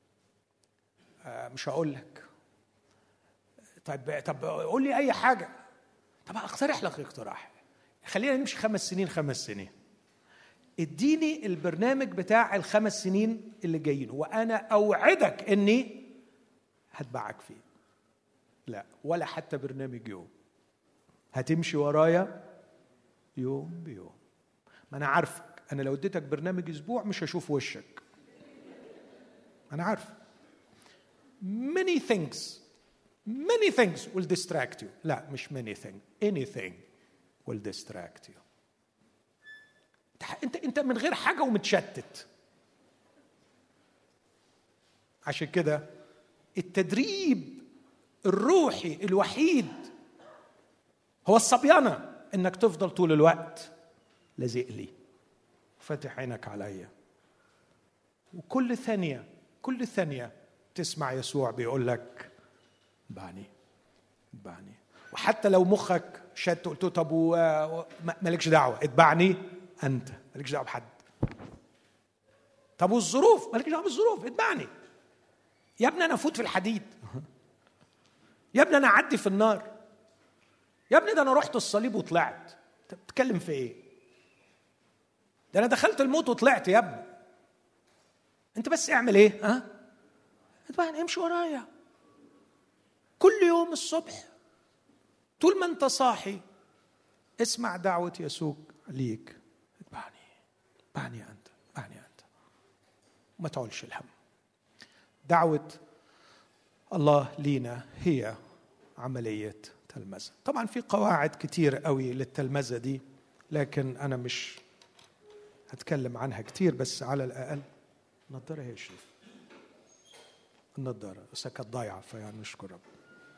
آه مش هقول لك. طيب طب قول لي اي حاجه. طب اقترح لك اقتراح، خلينا نمشي خمس سنين خمس سنين. اديني البرنامج بتاع الخمس سنين اللي جايين وانا اوعدك اني هتبعك فيه. لا ولا حتى برنامج يوم، هتمشي ورايا يوم بيوم. ما انا عارفك، انا لو اديتك برنامج اسبوع مش هشوف وشك. انا عارف many things many things will distract you. لا مش many things, anything will distract you. انت انت من غير حاجه ومتشتت. عشان كده التدريب الروحي الوحيد هو الصبيانه، انك تفضل طول الوقت لازق لي فاتح عينك عليا، وكل ثانيه كل ثانيه تسمع يسوع بيقول لك اتبعني اتبعني. وحتى لو مخك شت قلت له طب مالكش دعوه، اتبعني انت، مالكش دعوه بحد. طب والظروف؟ مالكش دعوه بالظروف، اتبعني. يا ابني انا افوت في الحديد، يا ابني انا اعدي في النار، يا ابني ده انا رحت الصليب وطلعت. انت بتتكلم في ايه؟ ده انا دخلت الموت وطلعت يا ابني. انت بس اعمل ايه؟ ها اتبعني، امشي ورايا كل يوم الصبح. طول ما انت صاحي اسمع دعوة يسوع ليك، اتبعني اتبعني انت اتبعني انت، وما تعولش الهم. دعوة الله لينا هي عملية تلمذة. طبعا في قواعد كتير قوي للتلمذة دي، لكن أنا مش هتكلم عنها كتير، بس على الأقل النضارة هي شريف، النضارة بس كانت ضايعة، فيعني نشكر رب.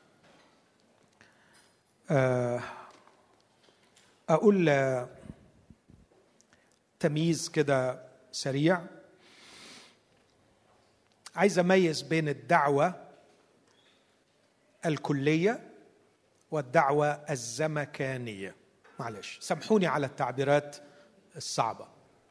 أقول تمييز كده سريع. عايز أميز بين الدعوة الكلية والدعوة الزمكانية. معلش سامحوني على التعبيرات الصعبة.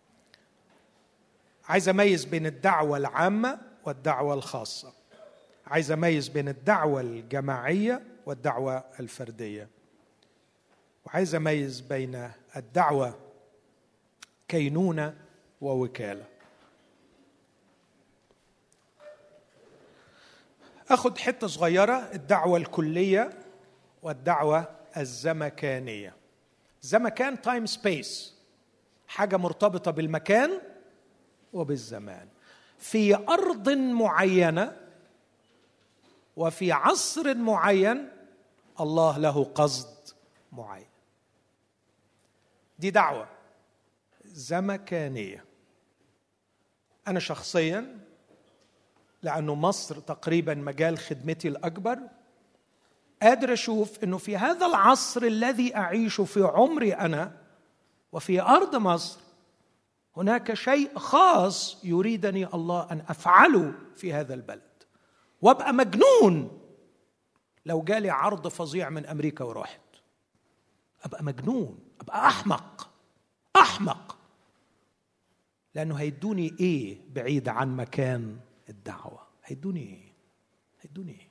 عايز أميز بين الدعوة العامة والدعوة الخاصة. عايز أميز بين الدعوة الجماعية والدعوة الفردية. وعايز أميز بين الدعوة كينونة ووكالة. أخذ حتة صغيرة، الدعوة الكلية والدعوة الزمكانية. زمكان تايم سبيس، حاجة مرتبطة بالمكان وبالزمان، في أرض معينة وفي عصر معين الله له قصد معين. دي دعوة زمكانية. أنا شخصياً، لأنه مصر تقريباً مجال خدمتي الأكبر، قادر أشوف أنه في هذا العصر الذي أعيش في عمري أنا وفي أرض مصر هناك شيء خاص يريدني الله أن أفعله في هذا البلد، وأبقى مجنون لو جالي عرض فظيع من أمريكا ورحت. أبقى مجنون، أبقى أحمق أحمق، لأنه هيدوني إيه بعيد عن مكان الدعوة؟ هيدوني إيه؟ هيدوني إيه؟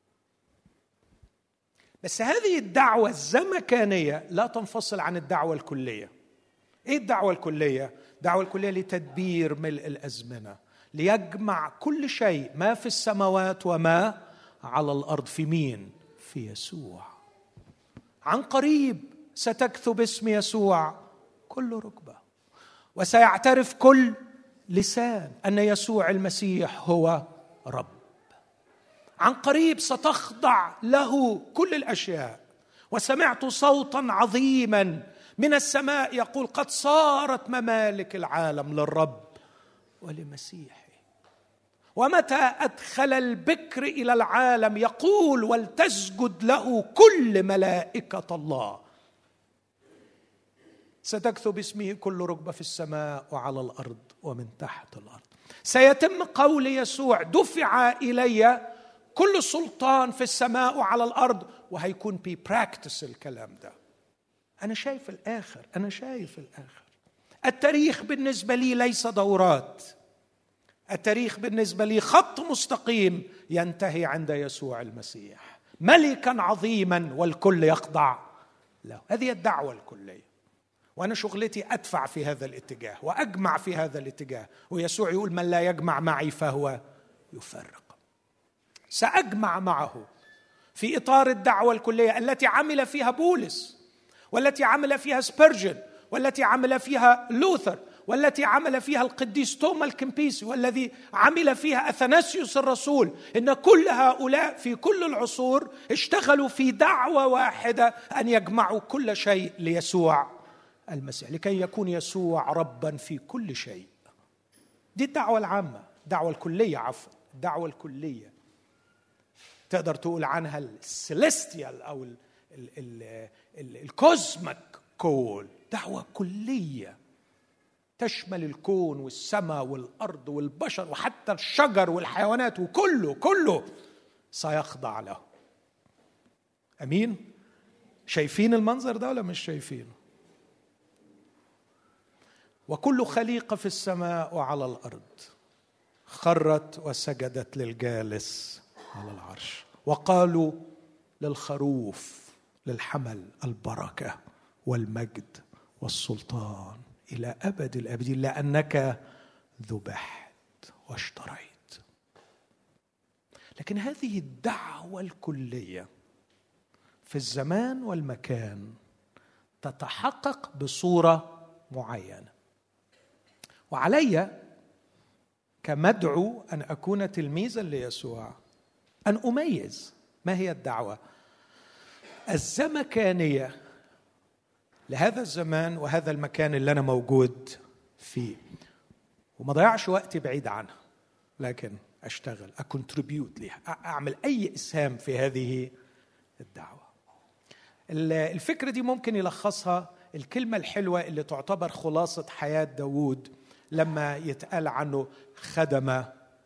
بس هذه الدعوة الزمكانية لا تنفصل عن الدعوة الكلية. إيه الدعوة الكلية؟ الدعوة الكلية لتدبير ملء الأزمنة، ليجمع كل شيء ما في السماوات وما على الأرض في مين؟ في يسوع. عن قريب ستكثب اسم يسوع كل ركبة، وسيعترف كل لسان أن يسوع المسيح هو رب. عن قريب ستخضع له كل الأشياء. وسمعت صوتا عظيما من السماء يقول: قد صارت ممالك العالم للرب ولمسيحه. ومتى أدخل البكر إلى العالم يقول: ولتسجد له كل ملائكة الله. ستكثب اسمه كل ركبة في السماء وعلى الأرض ومن تحت الأرض. سيتم قول يسوع: دفع إلي كل سلطان في السماء وعلى الأرض. وهيكون بي براكتس الكلام ده. أنا شايف الآخر، أنا شايف الآخر. التاريخ بالنسبة لي ليس دورات، التاريخ بالنسبة لي خط مستقيم ينتهي عند يسوع المسيح ملكا عظيما والكل يخضع له. هذه الدعوة الكلية، وأنا شغلتي أدفع في هذا الاتجاه وأجمع في هذا الاتجاه. ويسوع يقول: من لا يجمع معي فهو يفرق. سأجمع معه في إطار الدعوة الكلية التي عمل فيها بولس، والتي عمل فيها سبيرجن، والتي عمل فيها لوثر، والتي عمل فيها القديس توما الكمبيسي، والذي عمل فيها أثناسيوس الرسول. إن كل هؤلاء في كل العصور اشتغلوا في دعوة واحدة، أن يجمعوا كل شيء ليسوع المسيح، لكي يكون يسوع ربا في كل شيء. دي الدعوة العامة، الدعوة الكلية، عفوا الدعوة الكلية. تقدر تقول عنها السيليستيال أو الكوزميك كول، دعوة كلية تشمل الكون والسماء والأرض والبشر وحتى الشجر والحيوانات، وكله كله سيخضع له. أمين؟ شايفين المنظر ده ولا مش شايفينه؟ وكل خليقة في السماء وعلى الأرض خرت وسجدت للجالس على العرش، وقالوا للخروف للحمل البركة والمجد والسلطان إلى أبد الآبدين، لأنك ذبحت واشتريت. لكن هذه الدعوة الكلية في الزمان والمكان تتحقق بصورة معينة، وعلي كمدعو أن أكون تلميذا ليسوع أن أميز ما هي الدعوة الزمكانية لهذا الزمان وهذا المكان اللي أنا موجود فيه، وما ضيعش وقتي بعيد عنها، لكن أشتغل أكونتريبيوت لها، أعمل أي إسهام في هذه الدعوة. الفكرة دي ممكن يلخصها الكلمة الحلوة اللي تعتبر خلاصة حياة داود لما يتقال عنه خدم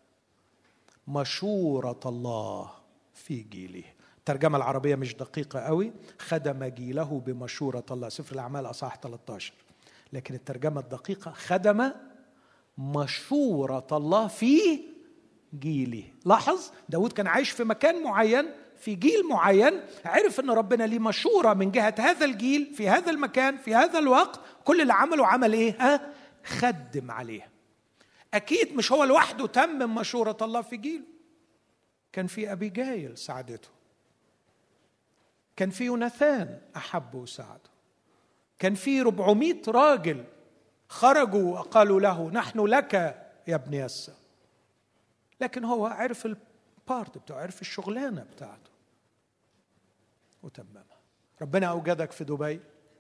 مشورة الله في جيله. الترجمة العربية مش دقيقة قوي، خدم جيله بمشورة الله، سفر الأعمال أصحاح ثلاثة عشر، لكن الترجمة الدقيقة خدم مشورة الله في جيله. لاحظ داود كان عايش في مكان معين في جيل معين، عرف ان ربنا ليه مشورة من جهة هذا الجيل في هذا المكان في هذا الوقت، كل اللي عمله عمل ايه؟ ها؟ خدم عليه. اكيد مش هو لوحده تمم مشورة الله في جيله، كان في أبيجايل ساعدته، كان في يوناثان أحبه وساعده، كان في أربعمائة راجل خرجوا وقالوا له نحن لك يا ابن يسى، لكن هو عرف البارت بتاعه، عرف الشغلانة بتاعته وتممها. ربنا أوجدك في دبي،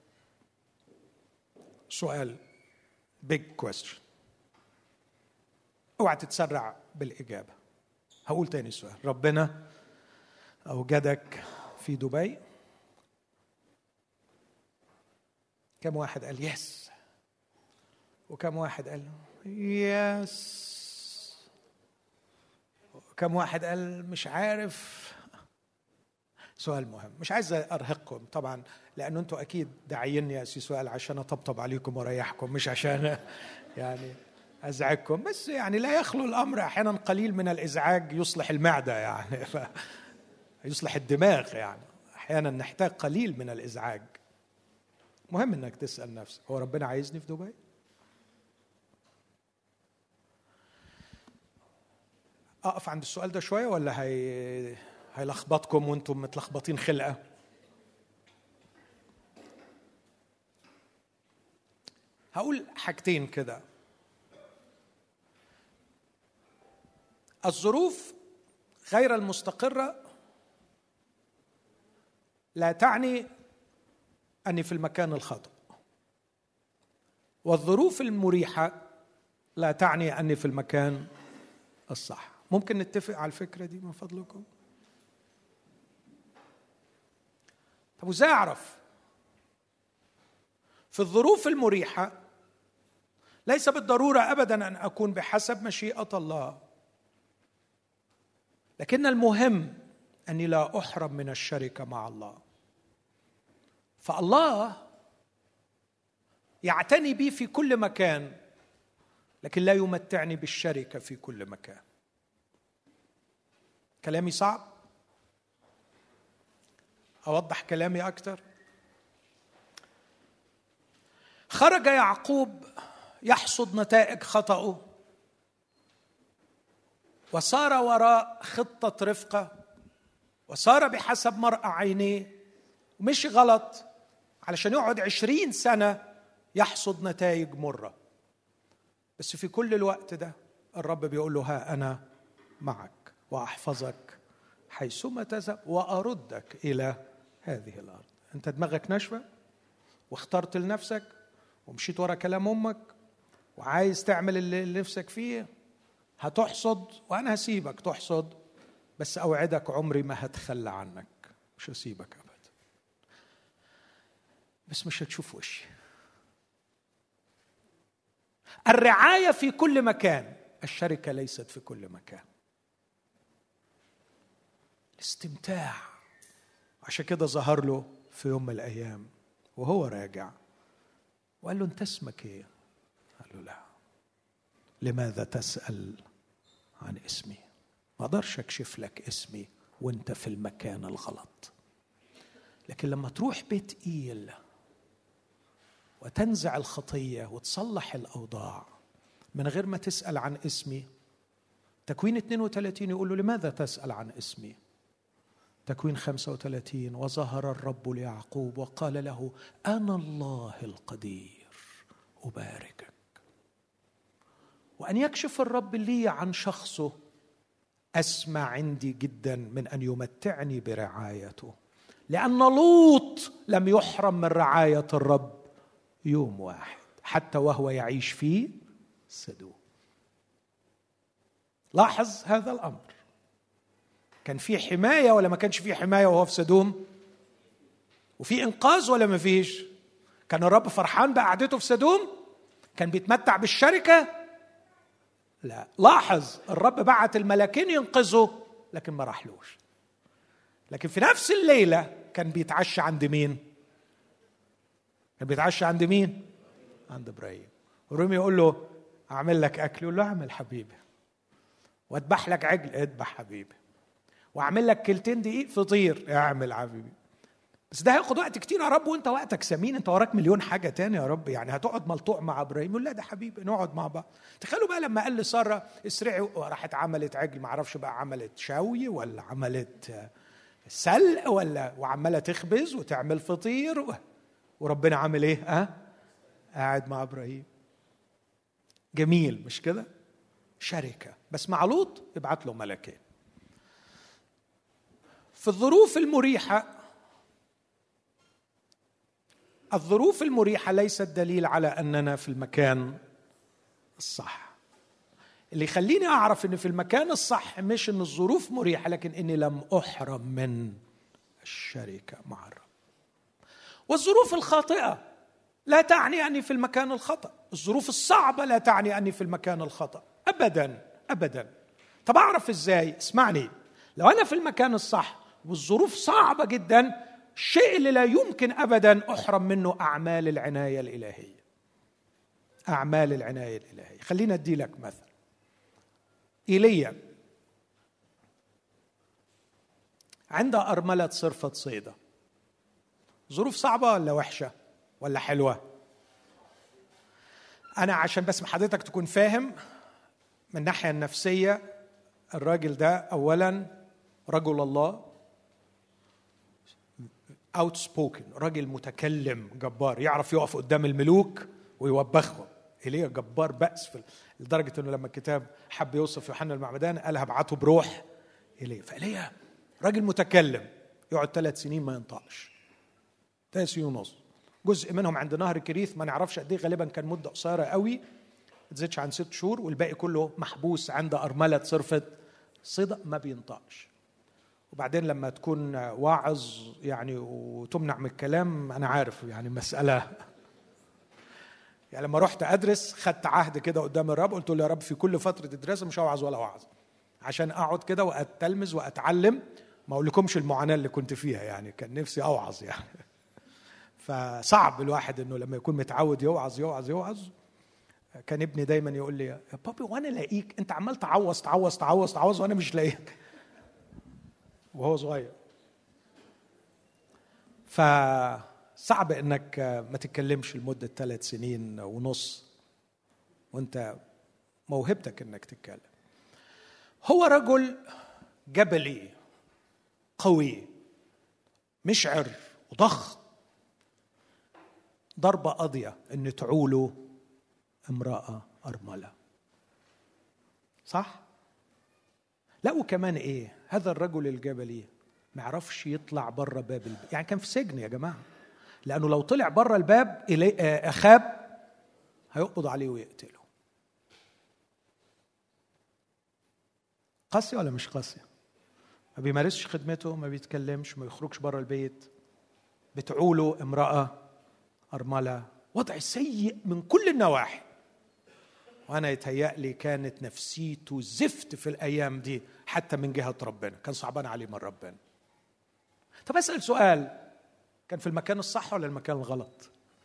سؤال big question، اوعى تتسرع بالإجابة. هقول تاني السؤال، ربنا أوجدك في دبي، كم واحد قال يس وكم واحد قال يس وكم واحد قال مش عارف؟ سؤال مهم، مش عايز أرهقكم طبعا لأنه أنتوا أكيد داعيني يا سي سؤال عشان أطبطب عليكم وأريحكم، مش عشان يعني أزعجكم، بس يعني لا يخلو الأمر أحيانا قليل من الإزعاج يصلح المعدة يعني يصلح الدماغ، يعني أحيانا نحتاج قليل من الإزعاج. مهم أنك تسأل نفسك، هو ربنا عايزني في دبي؟ أقف عند السؤال ده شوية ولا هي هيلخبطكم وانتم متلخبطين خلقة؟ هقول حاجتين كده. الظروف غير المستقرة لا تعني أني في المكان الخطأ، والظروف المريحة لا تعني أني في المكان الصح. ممكن نتفق على الفكرة دي من فضلكم؟ طب وإزاي أعرف؟ في الظروف المريحة ليس بالضرورة أبدا أن أكون بحسب مشيئة الله، لكن المهم أني لا أحرم من الشركة مع الله. فالله يعتني بي في كل مكان، لكن لا يمتعني بالشركة في كل مكان. كلامي صعب؟ أوضح كلامي أكتر. خرج يعقوب يحصد نتائج خطأه وصار وراء خطة رفقة وصار بحسب مرأى عينيه ومشي غلط علشان يقعد عشرين سنة يحصد نتائج مرة. بس في كل الوقت ده الرب بيقول له ها أنا معك وأحفظك حيثما تذهب وأردك إلى هذه الأرض. أنت دماغك ناشفة واخترت لنفسك ومشيت ورا كلام أمك وعايز تعمل اللي نفسك فيه، هتحصد وأنا هسيبك تحصد، بس أوعدك عمري ما هتخلى عنك، مش هسيبك أبدا، بس مش هتشوف وشي. الرعاية في كل مكان، الشركة ليست في كل مكان. الاستمتاع، عشان كده ظهر له في يوم من الأيام وهو راجع وقال له أنت اسمك إيه؟ قال له لا. لماذا تسأل عن اسمي؟ ما أقدرش أكشف لك اسمي وأنت في المكان الغلط، لكن لما تروح بيت إيل وتنزع الخطية وتصلح الأوضاع من غير ما تسأل عن اسمي. تكوين اثنين وثلاثين يقول له لماذا تسأل عن اسمي؟ تكوين خمسة وثلاثين وظهر الرب ليعقوب وقال له أنا الله القدير أباركك. وأن يكشف الرب لي عن شخصه أسمى عندي جدا من أن يمتعني برعايته، لأن لوط لم يحرم من رعاية الرب يوم واحد حتى وهو يعيش في سدوم. لاحظ هذا الأمر، كان في حماية ولا ما كانش في حماية وهو في سدوم؟ وفي إنقاذ ولا ما فيش؟ كان الرب فرحان بقعدته في سدوم؟ كان بيتمتع بالشركة؟ لا. لاحظ الرب بعت الملاكين ينقذه لكن ما راحلوش، لكن في نفس الليلة كان بيتعشى عند مين؟ كان بيتعشى عند مين؟ عند إبراهيم. ورمي يقول له أعمل لك أكل، يقول له أعمل حبيبي، وأذبح لك عجل، اذبح حبيبي، وأعمل لك كيلتين دقيق فطير، اعمل حبيبي. بس ده هياخد وقت كتير يا رب، وانت وقتك ثمين، انت وراك مليون حاجه تانية يا رب، يعني هتقعد ملطوع مع ابراهيم؟ يقول لا ده حبيبي نقعد مع بعض. تخيلوا بقى لما قال لساره اسرعي، راحت عملت عجل، ما اعرفش بقى عملت شوي ولا عملت سلق ولا، وعماله تخبز وتعمل فطير و... وربنا عامل ايه؟ اه قاعد مع ابراهيم. جميل مش كده؟ شركه. بس مع لوط يبعت له ملكين. في الظروف المريحه، الظروف المريحة ليست دليل على أننا في المكان الصح. اللي يخليني أعرف أن في المكان الصح مش أن الظروف مريحة، لكن أني لم أحرم من الشركة مع الرب. والظروف الخاطئة لا تعني أني في المكان الخطأ، الظروف الصعبة لا تعني أني في المكان الخطأ أبدا أبدا. طب أعرف إزاي؟ اسمعني، لو أنا في المكان الصح والظروف صعبة جدا، الشيء اللي لا يمكن أبداً أحرم منه أعمال العناية الإلهية. أعمال العناية الإلهية. خلينا أدي لك مثل. إيليا عند أرملة صرفة صيدا، ظروف صعبة ولا وحشة ولا حلوة؟ أنا عشان بس حضرتك تكون فاهم من الناحية النفسية، الراجل ده أولاً رجل الله، outspoken، راجل متكلم جبار، يعرف يقف قدام الملوك ويوبخهم. إيليا جبار بأس، في لدرجة أنه لما الكتاب حب يوصف يوحنا المعمدان قال هبعته بروح إيليا. فإيليا راجل متكلم، يقعد ثلاث سنين ما ينطقش، ثلاث سنين ونص، جزء منهم عند نهر كريث ما نعرفش قد ايه، غالبا كان مدة قصيرة قوي ما تزيدش عن ست شهور، والباقي كله محبوس عند أرملة صرفة صيدا ما بينطقش. وبعدين لما تكون واعظ يعني وتمنع من الكلام، أنا عارف يعني مسألة. يعني لما رحت أدرس خدت عهد كده قدام الرب، قلت له يا رب في كل فترة دراسة مش هوعظ ولا وعظ، عشان أقعد كده وأتلمذ وأتعلم. ما أقولكمش المعاناة اللي كنت فيها، يعني كان نفسي أوعظ يعني. فصعب الواحد إنه لما يكون متعود يوعظ يوعظ يوعظ. كان ابني دايما يقول لي يا بابي وأنا لاقيك أنت عمال تعوض تعوض تعوض تعوض وأنا مش لاقيك، وهو صغير. فصعب انك ما تتكلمش لمدة ثلاث سنين ونص وانت موهبتك انك تتكلم. هو رجل جبلي قوي مشعر وضخم، ضربة قاضية ان تعوله امرأة أرملة، صح؟ لا وكمان ايه، هذا الرجل الجبلي ما يعرفش يطلع بره باب الباب، يعني كان في سجن يا جماعه، لانه لو طلع بره الباب اخاب هيقبض عليه ويقتله. قاسي ولا مش قاسي؟ ما بيمارسش خدمته، ما بيتكلمش، ما يخرجش بره البيت، بتعوله امراه ارمله، وضع سيء من كل النواحي. وأنا يتهيألي كانت نفسيته زفت في الأيام دي حتى من جهة ربنا، كان صعبان عليه من ربنا. طب أسأل سؤال، كان في المكان الصح ولا المكان الغلط؟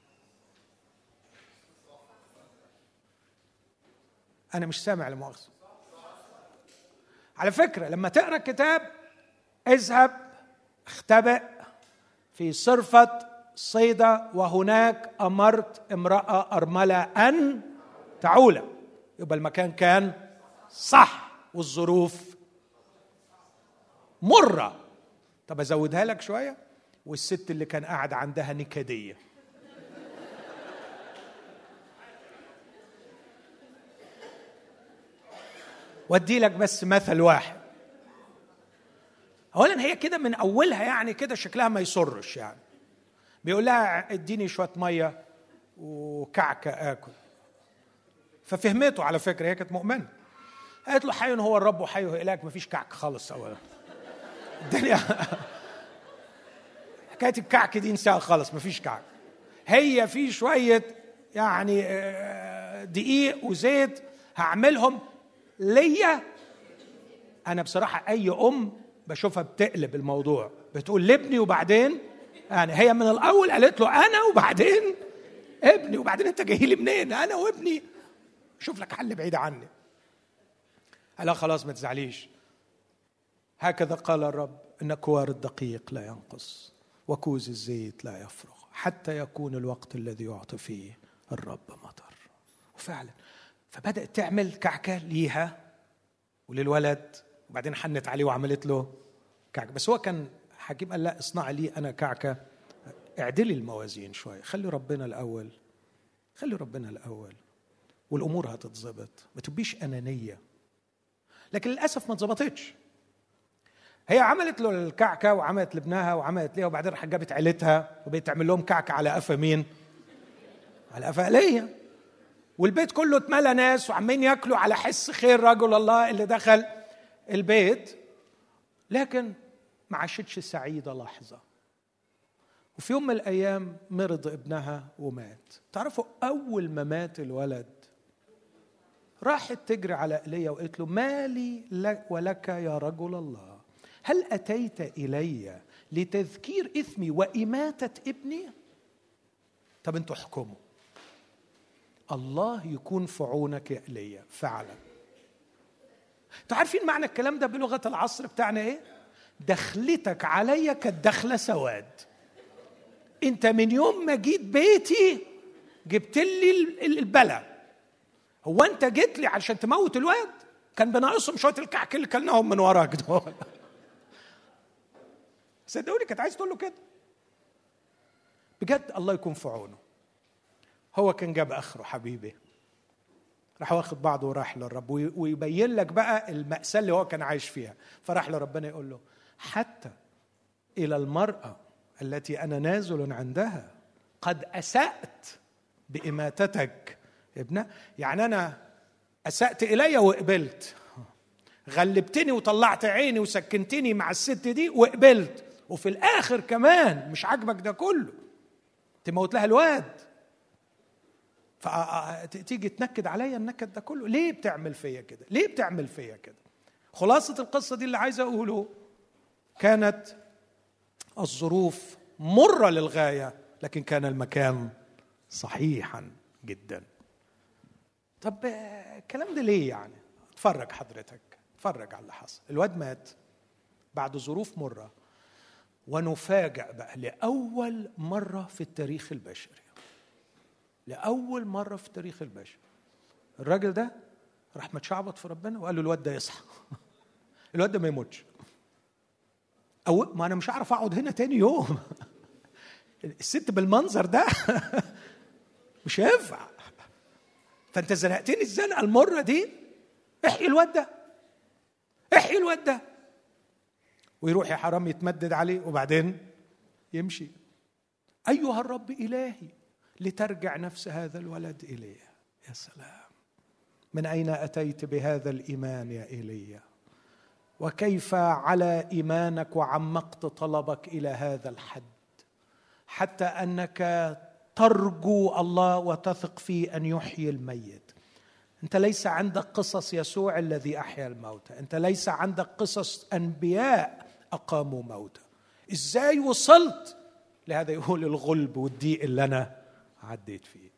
أنا مش سامع لمؤاخذة. على فكرة لما تقرأ الكتاب اذهب اختبئ في صرفة صيدا وهناك أمرت امرأة أرملة أن تعول، يبقى المكان كان صح والظروف مرة. طب أزودها لك شوية، والست اللي كان قاعد عندها نكدية. ودي لك بس مثل واحد، اولا هي كده من اولها يعني كده شكلها ما يسرش، يعني بيقول لها اديني شويه ميه وكعكه اكل. ففهمته على فكره، هي كانت مؤمنه. قالت له حي هو الرب وحي هو الهك، ما فيش كعك خالص. اولا الدنيا حكايه الكعك دي انساها خالص، ما فيش كعك. هي في شويه يعني دقيق وزيت هعملهم ليا انا. بصراحه اي ام بشوفها بتقلب الموضوع، بتقول لابني وبعدين، يعني هي من الاول قالت له انا وبعدين ابني، وبعدين انت جاي لي منين؟ انا وابني، شوف لك حل بعيد عني. قال خلاص ما تزعليش، هكذا قال الرب ان كوار الدقيق لا ينقص وكوز الزيت لا يفرغ حتى يكون الوقت الذي يعطي فيه الرب مطر. وفعلا فبدأت تعمل كعكة ليها وللولد، وبعدين حنت عليه وعملت له كعكة. بس هو كان حكيم، قال لا اصنع لي أنا كعكة. اعدلي الموازين شوية، خلي ربنا الأول، خلي ربنا الأول والأمور هتتظبط، ما تبقيش أنانية. لكن للأسف ما اتظبطتش. هي عملت له الكعكة وعملت لابنها وعملت ليها، وبعدين راح جابت عيلتها وبقت تعمل لهم كعكة على قفا مين؟ على قفا ليا. والبيت كله اتملى ناس وعمين ياكلوا على حس خير رجل الله اللي دخل البيت، لكن ما عاشتش سعيدة لحظة. وفي يوم من الأيام مرض ابنها ومات. تعرفوا أول ما مات الولد راحت تجري على إيليا وقالت له مالي لك ولك يا رجل الله، هل أتيت إلي لتذكير إثمي وإماتة ابني؟ طب انتوا احكموا. الله يكون في عونك يا إيليا فعلا. تعرفين معنى الكلام ده بلغة العصر بتاعنا ايه؟ دخلتك عليا كانت دخلة سواد. انت من يوم ما جيت بيتي جبت لي البلا. هو انت جيت لي علشان تموت الواد؟ كان بناقصهم شويه الكعك اللي كلناهم من وراك دول. صدقوني كانت عايز تقول له كده بجد. الله يكون في عونه. هو كان جاب اخره حبيبي، راح واخد بعضه وراح للرب ويبين لك بقى المأساة اللي هو كان عايش فيها. فراح لربنا يقول له حتى إلى المرأة التي أنا نازل عندها قد أسأت بإماتتك ابنها. يعني أنا أسأت إلي وقبلت، غلبتني وطلعت عيني وسكنتني مع الست دي وقبلت، وفي الآخر كمان مش عاجبك ده كله تموت لها الواد، فتيجي تنكد عليا النكد ده كله. ليه بتعمل فيا كده؟ ليه بتعمل فيا كده؟ خلاصة القصة دي اللي عايز أقوله، كانت الظروف مرة للغاية لكن كان المكان صحيحا جدا. طب الكلام ده ليه يعني؟ اتفرج حضرتك، اتفرج على اللي حصل. الواد مات بعد ظروف مرة، ونفاجأ بقى لأول مرة في التاريخ البشري، لأول مرة في التاريخ البشري الراجل ده راح متشعبط في ربنا وقال له الواد ده يصحى، الواد ده ما يموتش، أو ما أنا مش هعرف أقعد هنا تاني يوم. الست بالمنظر ده مش هينفع، فأنت زنقتني الزنقة المرة دي، احيي الواد ده، احيي الواد ده. ويروح يا حرام يتمدد عليه وبعدين يمشي. أيها الرب إلهي لترجع نفس هذا الولد إليه. يا سلام، من أين أتيت بهذا الإيمان يا إيليا؟ وكيف على إيمانك وعمقت طلبك إلى هذا الحد حتى أنك ترجو الله وتثق فيه أن يحيي الميت. أنت ليس عندك قصص يسوع الذي أحيا الموتى، أنت ليس عندك قصص أنبياء أقاموا موتى. إزاي وصلت لهذا؟ يقول الغلب والضيق اللي أنا عديت فيه.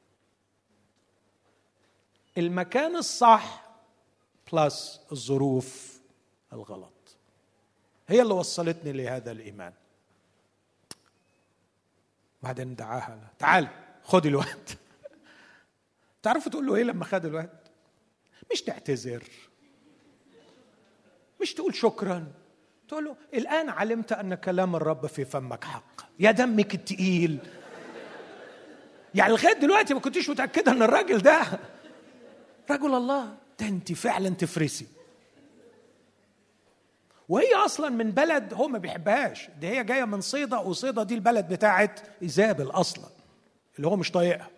المكان الصح بلس الظروف الغلط هي اللي وصلتني لهذا الإيمان. بعدين دعاها له، تعال خد الواد. تعرفوا تقول له ايه لما خد الواد؟ مش تعتذر، مش تقول شكرا، تقول له الآن علمت أن كلام الرب في فمك حق يا دمك التقيل. يعني لغاية دلوقتي ما كنتش متأكدة أن الراجل ده رجل الله، ده أنت فعلا تفرسي. وهي أصلا من بلد هو ما بيحبهاش، دي هي جاية من صيدا، وصيدا دي البلد بتاعت إيزابل أصلا اللي هو مش طايقها.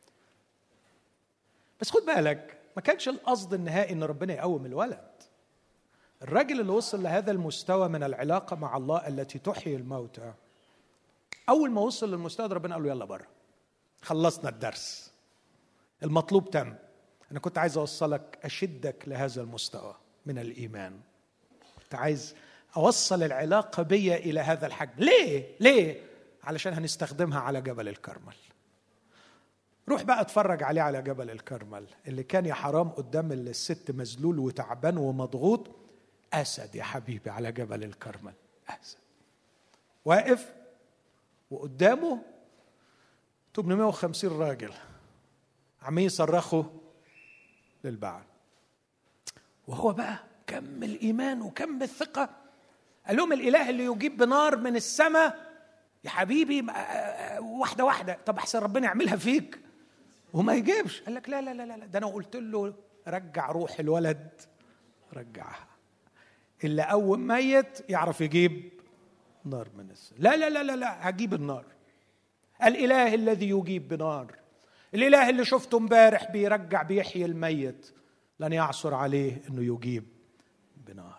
بس خد بالك، ما كانش القصد النهائي إن ربنا يقوم الولد. الراجل اللي وصل لهذا المستوى من العلاقة مع الله التي تحيي الموتى، أول ما وصل للمستوى ده ربنا قال له يلا بره، خلصنا الدرس، المطلوب تم. أنا كنت عايز أوصلك، أشدك لهذا المستوى من الإيمان، كنت عايز أوصل العلاقة بي إلى هذا الحجم. ليه؟ ليه؟ علشان هنستخدمها على جبل الكرمل. روح بقى اتفرج عليه على جبل الكرمل، اللي كان يا حرام قدام الست مذلول وتعبان ومضغوط. أسد يا حبيبي على جبل الكرمل، أسد واقف وقدامه ثمانمائة وخمسين راجل عمين يصرخوا للبعل. وهو بقى كم الإيمان وكم الثقة. قال لهم الإله اللي يجيب بنار من السماء يا حبيبي واحدة واحدة، طب أحسن ربنا يعملها فيك وما يجيبش. قال لك لا لا لا لا، ده أنا قلت له رجع روح الولد، رجعها. اللي أول ميت يعرف يجيب نار من السماء. لا لا لا لا لا، هجيب النار. الإله الذي يجيب بنار، الإله اللي شفته امبارح بيرجع بيحيي الميت، لن يعثر عليه إنه يجيب بنار.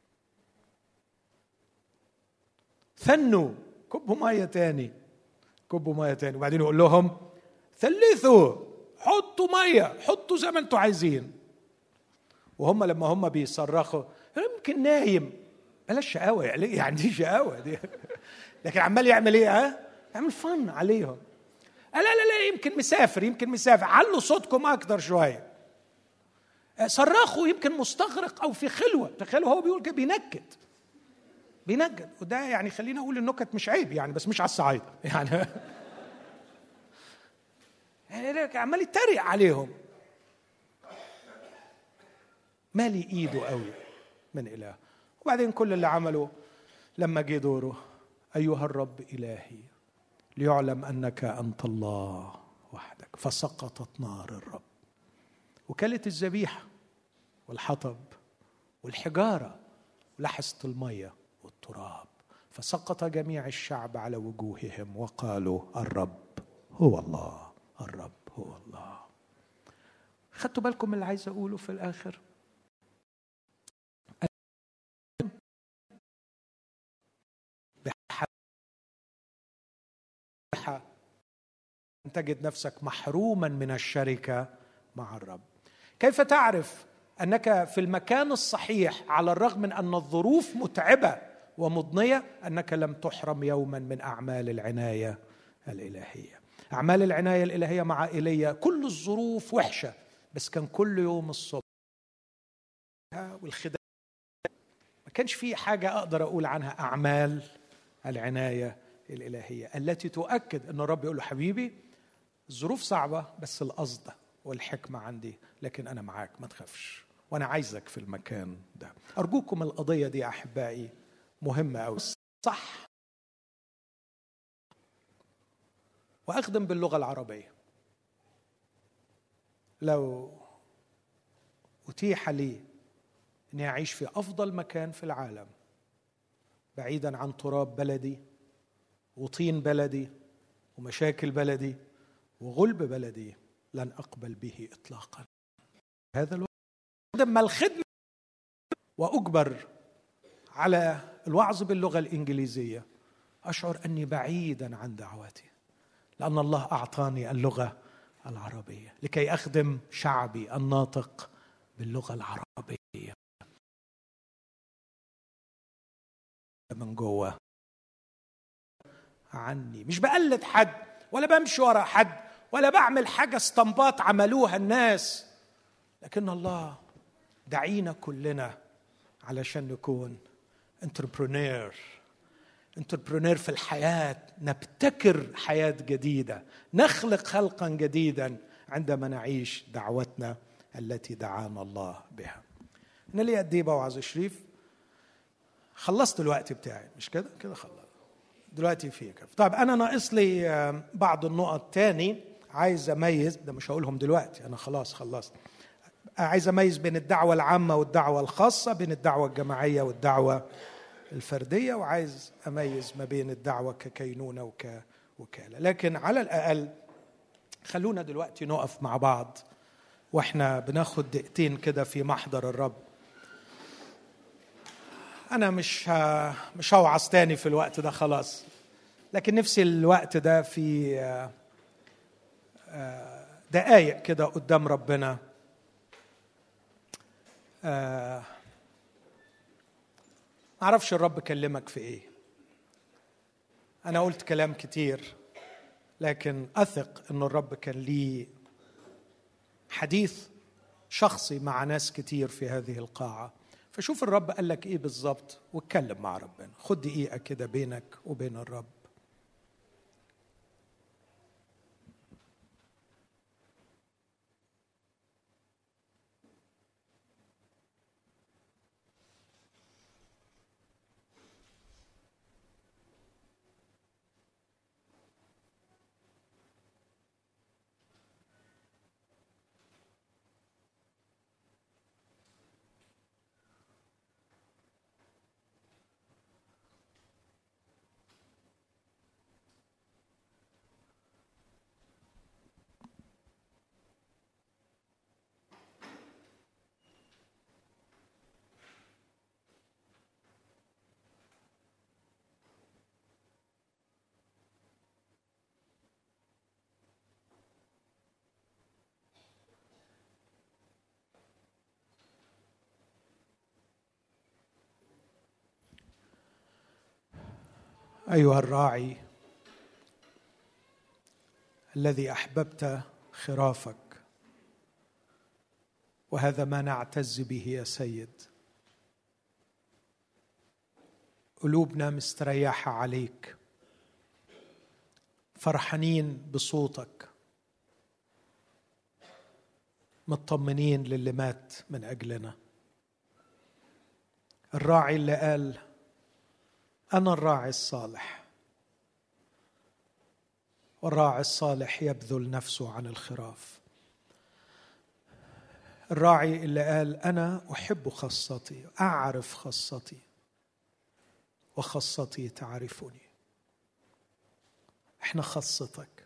ثنوا، كبوا مية تاني، كبوا مية تاني، وبعدين يقول لهم ثلثوا، حطوا مية، حطوا زي ما انتوا عايزين. وهم لما هم بيصرخوا يمكن نايم، بلاش شقاوة يعني، دي شقاوة دي لكن عمال يعمل ايه؟ ها يعمل فن عليهم. لا لا لا، يمكن مسافر، يمكن مسافر، علوا صوتكم اكتر شويه، صرخوا، يمكن مستغرق او في خلوه. تخيلوا هو بيقول كده، بينكد بينكد وده يعني خلينا اقول النكت مش عيب يعني، بس مش على الصعيد يعني يعني عمال يتريق عليهم. مالي ايده قوي من اله. وبعدين كل اللي عمله لما جه دوره، ايها الرب الهي ليعلم أنك أنت الله وحدك، فسقطت نار الرب وكلت الذبيحة والحطب والحجارة ولحست المية والتراب، فسقط جميع الشعب على وجوههم وقالوا الرب هو الله، الرب هو الله. خدتوا بالكم من اللي عايز أقوله في الآخر؟ أن تجد نفسك محروما من الشركة مع الرب. كيف تعرف أنك في المكان الصحيح على الرغم من أن الظروف متعبة ومضنية؟ أنك لم تحرم يوما من أعمال العناية الإلهية. أعمال العناية الإلهية مع إيليا كل الظروف وحشة، بس كان كل يوم الصبح والخدمة، ما كانش في حاجة أقدر أقول عنها أعمال العناية الإلهية التي تؤكد أن الرب يقول له حبيبي الظروف صعبة بس القصد والحكمة عندي، لكن أنا معاك ما تخافش وأنا عايزك في المكان ده. أرجوكم القضية دي أحبائي مهمة أوي. صح، وأخدم باللغة العربية. لو أتيح لي أني أعيش في أفضل مكان في العالم بعيدا عن تراب بلدي وطين بلدي ومشاكل بلدي وغلب بلدي، لن أقبل به إطلاقا. هذا الوقت لما الخدمة وأجبر على الوعظ باللغة الإنجليزية أشعر أني بعيدا عن دعوتي، لأن الله أعطاني اللغة العربية لكي أخدم شعبي الناطق باللغة العربية من جوه عني. مش بقلد حد ولا بمشي ورا حد ولا بعمل حاجة استنباط عملوها الناس، لكن الله دعينا كلنا علشان نكون انتربرونير انتربرونير في الحياة، نبتكر حياة جديدة، نخلق خلقا جديدا عندما نعيش دعوتنا التي دعانا الله بها. أنا ليه قد ايه بوعظ شريف؟ خلصت الوقت بتاعي مش كده؟ كده خلص دلوقتي فيك. طيب أنا ناقص لي بعض النقط تاني عايز أميز، ده مش هقولهم دلوقتي أنا خلاص خلصت. عايز أميز بين الدعوة العامة والدعوة الخاصة، بين الدعوة الجماعية والدعوة الفردية، وعايز أميز ما بين الدعوة ككينونة وكوكالة. لكن على الأقل خلونا دلوقتي نقف مع بعض وإحنا بناخد دقيقتين كده في محضر الرب. أنا مش ه... مش هوعظ تاني في الوقت ده خلاص، لكن نفسي الوقت ده في دقايق كده قدام ربنا معرفش الرب كلمك في إيه. أنا قلت كلام كتير، لكن أثق أن الرب كان ليه حديث شخصي مع ناس كتير في هذه القاعة. فشوف الرب قال لك إيه بالضبط واتكلم مع ربنا. خد دقيقة كده بينك وبين الرب. أيها الراعي الذي أحببت خرافك، وهذا ما نعتز به يا سيد. قلوبنا مستريحة عليك، فرحانين بصوتك، مطمنين للي مات من أجلنا. الراعي اللي قال أنا الراعي الصالح، والراعي الصالح يبذل نفسه عن الخراف. الراعي اللي قال أنا أحب خاصتي، أعرف خاصتي وخاصتي تعرفني. احنا خاصتك،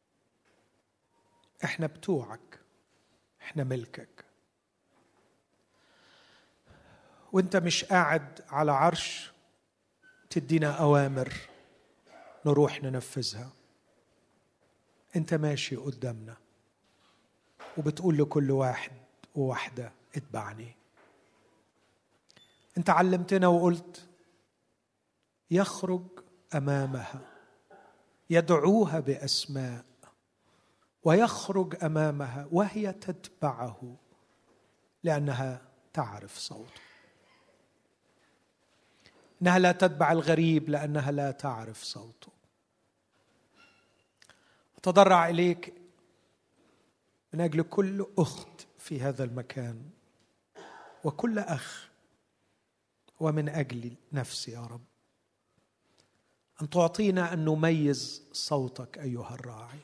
احنا بتوعك، احنا ملكك. وانت مش قاعد على عرش تدينا أوامر نروح ننفذها. انت ماشي قدامنا وبتقول لكل واحد وواحدة اتبعني. انت علمتنا وقلت يخرج أمامها، يدعوها بأسماء، ويخرج أمامها وهي تتبعه لأنها تعرف صوته. إنها لا تتبع الغريب لأنها لا تعرف صوته. أتضرع إليك من أجل كل أخت في هذا المكان وكل أخ، ومن أجل نفسي يا رب، أن تعطينا أن نميز صوتك أيها الراعي.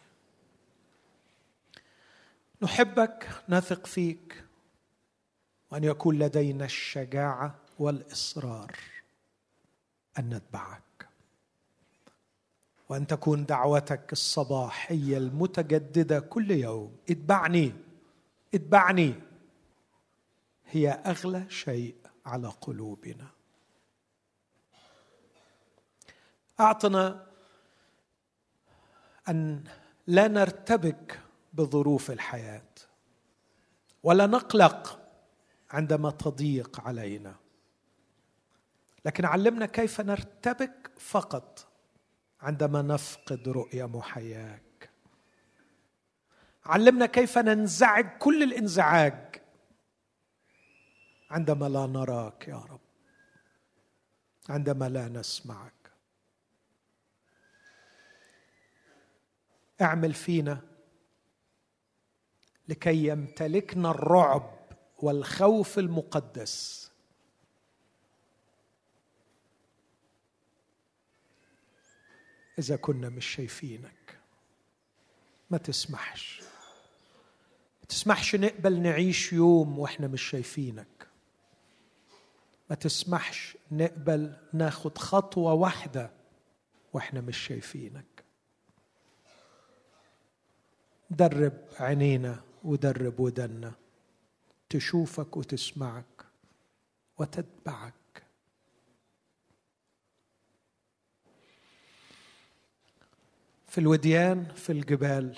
نحبك، نثق فيك، وأن يكون لدينا الشجاعة والإصرار أن نتبعك، وأن تكون دعوتك الصباحية المتجددة كل يوم اتبعني اتبعني هي أغلى شيء على قلوبنا. أعطنا أن لا نرتبك بظروف الحياة ولا نقلق عندما تضيق علينا، لكن علمنا كيف نرتبك فقط عندما نفقد رؤية محياك. علمنا كيف ننزعج كل الانزعاج عندما لا نراك يا رب، عندما لا نسمعك. اعمل فينا لكي يمتلكنا الرعب والخوف المقدس. إذا كنا مش شايفينك ما تسمحش ما تسمحش نقبل نعيش يوم واحنا مش شايفينك. ما تسمحش نقبل ناخد خطوة واحدة واحنا مش شايفينك. درب عينينا ودرب ودنا تشوفك وتسمعك وتتبعك. في الوديان، في الجبال،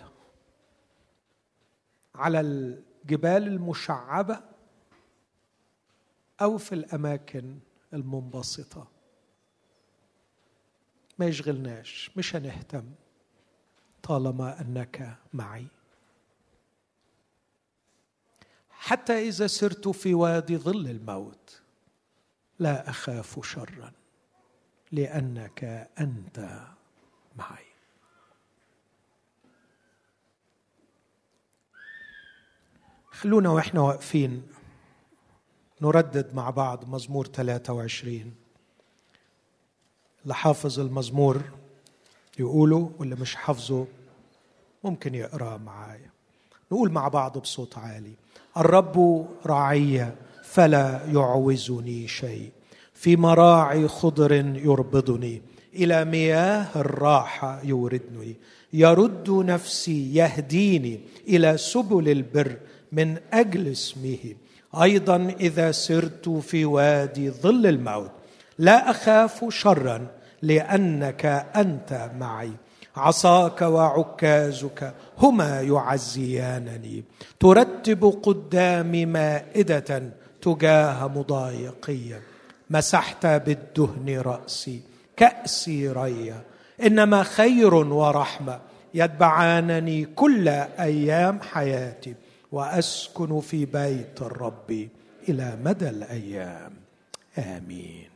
على الجبال المشعبة أو في الأماكن المنبسطة، ما يشغلناش، مش هنهتم طالما أنك معي. حتى إذا سرت في وادي ظل الموت لا أخاف شرا لأنك أنت معي. خلونا وإحنا واقفين نردد مع بعض مزمور ثلاثة وعشرين. اللي حافظ المزمور يقوله، واللي مش حافظه ممكن يقرأ معايا. نقول مع بعض بصوت عالي: الرب راعي فلا يعوزني شيء، في مراعي خضر يربضني، إلى مياه الراحة يوردني، يرد نفسي يهديني إلى سبل البر من أجل اسمه. أيضا إذا سرت في وادي ظل الموت لا أخاف شرا لأنك أنت معي، عصاك وعكازك هما يعزيانني، ترتب قدامي مائدة تجاه مضايقي، مسحت بالدهن رأسي كأسي ريا، إنما خير ورحمة يتبعانني كل أيام حياتي، وأسكن في بيت الرب إلى مدى الأيام. آمين.